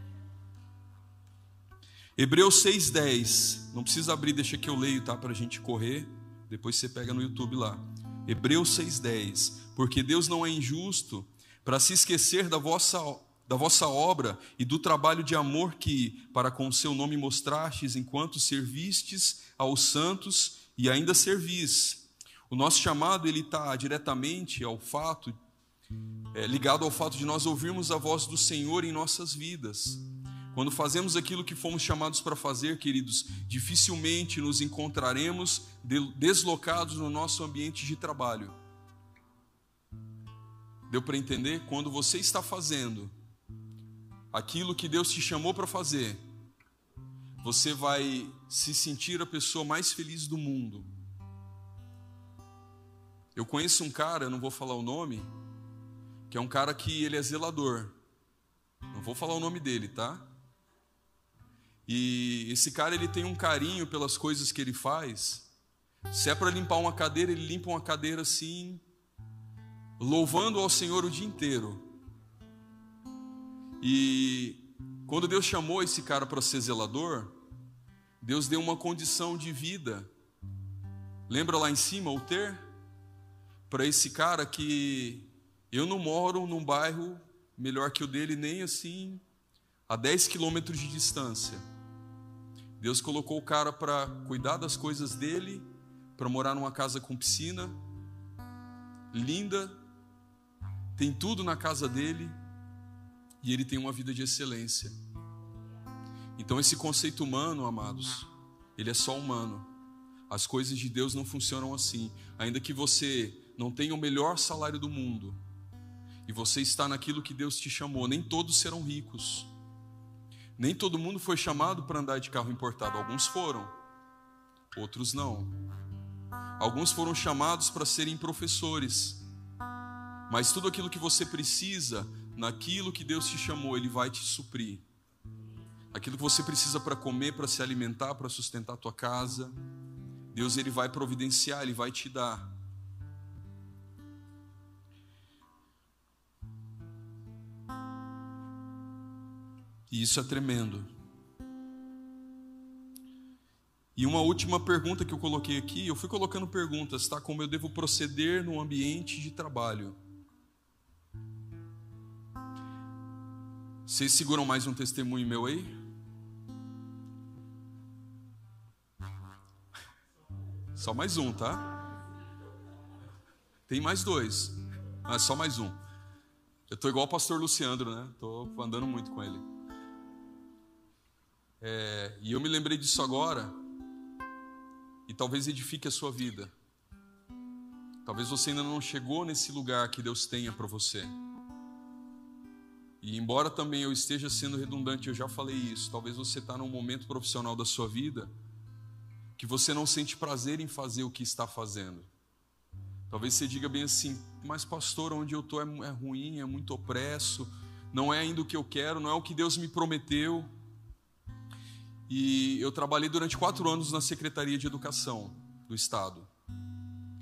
Hebreus 6,10, não precisa abrir, deixa que eu leio, tá? Para a gente correr, depois você pega no YouTube lá. Hebreus 6,10, porque Deus não é injusto para se esquecer da vossa obra e do trabalho de amor que, para com o seu nome mostrastes, enquanto servistes aos santos e ainda servis. O nosso chamado, ele está diretamente ao fato, ligado ao fato de nós ouvirmos a voz do Senhor em nossas vidas. Quando fazemos aquilo que fomos chamados para fazer, queridos, dificilmente nos encontraremos deslocados no nosso ambiente de trabalho. Deu para entender? Quando você está fazendo aquilo que Deus te chamou para fazer, você vai se sentir a pessoa mais feliz do mundo. Eu conheço um cara, eu não vou falar o nome, que é um cara que ele é zelador. Não vou falar o nome dele, tá? E esse cara, ele tem um carinho pelas coisas que ele faz. Se é para limpar uma cadeira, ele limpa uma cadeira assim, louvando ao Senhor o dia inteiro. E quando Deus chamou esse cara para ser zelador, Deus deu uma condição de vida. Lembra lá em cima o ter? Para esse cara que eu não moro num bairro melhor que o dele, nem assim, a 10 quilômetros de distância. Deus colocou o cara para cuidar das coisas dele, para morar numa casa com piscina, linda, tem tudo na casa dele, e ele tem uma vida de excelência. Então esse conceito humano, amados, ele é só humano. As coisas de Deus não funcionam assim. Ainda que você não tenha o melhor salário do mundo, e você está naquilo que Deus te chamou, nem todos serão ricos. Nem todo mundo foi chamado para andar de carro importado. Alguns foram, outros não. Alguns foram chamados para serem professores. Mas tudo aquilo que você precisa, naquilo que Deus te chamou, Ele vai te suprir. Aquilo que você precisa para comer, para se alimentar, para sustentar a tua casa, Deus, Ele vai providenciar, Ele vai te dar. E isso é tremendo. E uma última pergunta que eu coloquei aqui, eu fui colocando perguntas, tá? Como eu devo proceder no ambiente de trabalho. Vocês seguram mais um testemunho meu aí? Só mais um, tá? Tem mais 2, mas só mais um. Eu tô igual o pastor Luciano, né? Tô andando muito com ele. E eu me lembrei disso agora, e talvez edifique a sua vida. Talvez você ainda não chegou nesse lugar que Deus tenha para você. E embora também eu esteja sendo redundante, eu já falei isso, talvez você está num momento profissional da sua vida que você não sente prazer em fazer o que está fazendo. Talvez você diga bem assim, mas pastor, onde eu estou é ruim, é muito opresso, não é ainda o que eu quero, não é o que Deus me prometeu. E eu trabalhei durante 4 anos na Secretaria de Educação do Estado.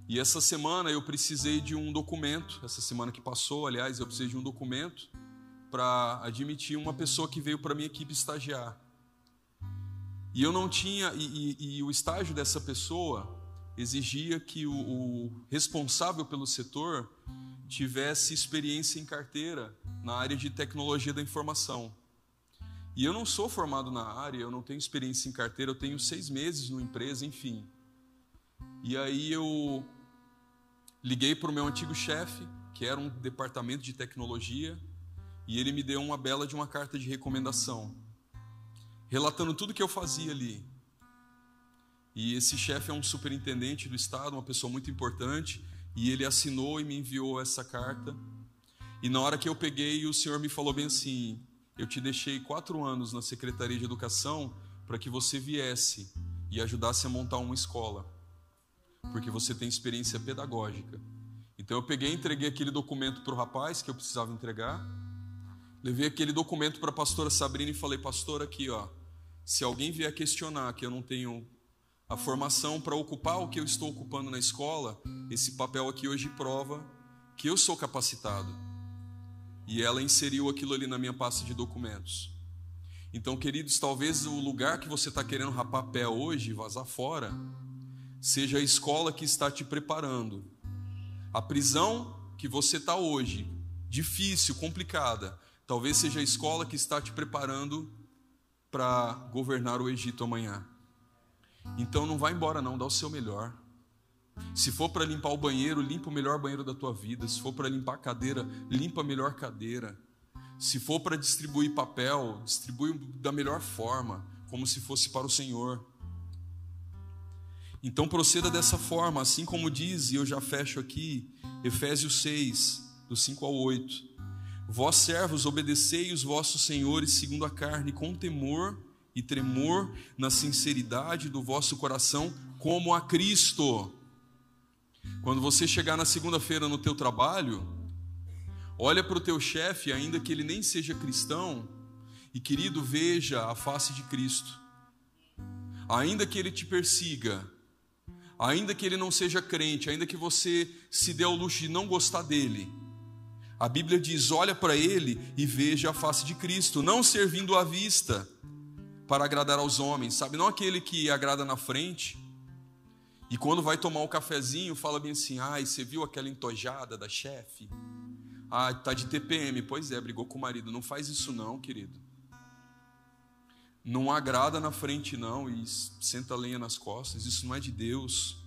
E essa semana eu precisei de um documento, essa semana que passou, aliás, eu precisei de um documento para admitir uma pessoa que veio para a minha equipe estagiar. E eu não tinha, e o estágio dessa pessoa exigia que o responsável pelo setor tivesse experiência em carteira na área de tecnologia da informação. E eu não sou formado na área, eu não tenho experiência em carteira, eu tenho 6 meses numa empresa, enfim. E aí eu liguei para o meu antigo chefe, que era um departamento de tecnologia, e ele me deu uma bela de uma carta de recomendação, relatando tudo que eu fazia ali. E esse chefe é um superintendente do estado, uma pessoa muito importante, e ele assinou e me enviou essa carta. E na hora que eu peguei, o senhor me falou bem assim: eu te deixei 4 anos na Secretaria de Educação para que você viesse e ajudasse a montar uma escola, porque você tem experiência pedagógica. Então eu peguei e entreguei aquele documento para o rapaz que eu precisava entregar, levei aquele documento para a pastora Sabrina e falei: pastora, aqui ó, se alguém vier questionar que eu não tenho a formação para ocupar o que eu estou ocupando na escola, esse papel aqui hoje prova que eu sou capacitado. E ela inseriu aquilo ali na minha pasta de documentos. Então, queridos, talvez o lugar que você está querendo rapar pé hoje, vazar fora, seja a escola que está te preparando. A prisão que você está hoje, difícil, complicada, talvez seja a escola que está te preparando para governar o Egito amanhã. Então não vai embora não, dá o seu melhor. Se for para limpar o banheiro, limpa o melhor banheiro da tua vida. Se for para limpar a cadeira, limpa a melhor cadeira. Se for para distribuir papel, distribui da melhor forma, como se fosse para o Senhor. Então proceda dessa forma, assim como diz, e eu já fecho aqui, Efésios 6, do 5 ao 8. Vós servos, obedecei os vossos senhores segundo a carne, com temor e tremor, na sinceridade do vosso coração, como a Cristo. Quando você chegar na segunda-feira no teu trabalho, olha para o teu chefe, ainda que ele nem seja cristão, e querido, veja a face de Cristo. Ainda que ele te persiga, ainda que ele não seja crente, ainda que você se dê ao luxo de não gostar dele, a Bíblia diz: olha para ele e veja a face de Cristo, não servindo à vista para agradar aos homens, sabe? Não aquele que agrada na frente e quando vai tomar o cafezinho fala bem assim: ai, você viu aquela entojada da chefe? Ah, tá de TPM. Pois é, brigou com o marido. Não faz isso não, querido. Não agrada na frente não e senta a lenha nas costas. Isso não é de Deus.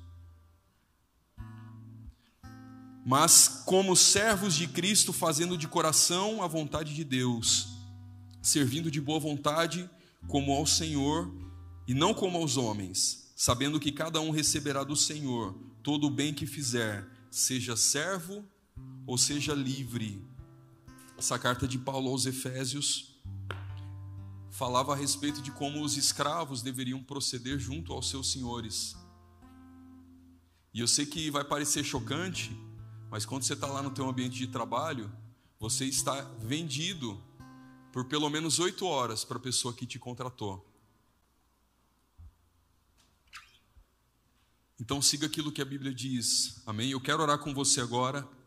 Mas como servos de Cristo, fazendo de coração a vontade de Deus, servindo de boa vontade como ao Senhor e não como aos homens, sabendo que cada um receberá do Senhor todo o bem que fizer, seja servo ou seja livre. Essa carta de Paulo aos Efésios falava a respeito de como os escravos deveriam proceder junto aos seus senhores. E eu sei que vai parecer chocante, mas quando você está lá no teu ambiente de trabalho, você está vendido por pelo menos 8 horas para a pessoa que te contratou. Então siga aquilo que a Bíblia diz, amém? Eu quero orar com você agora.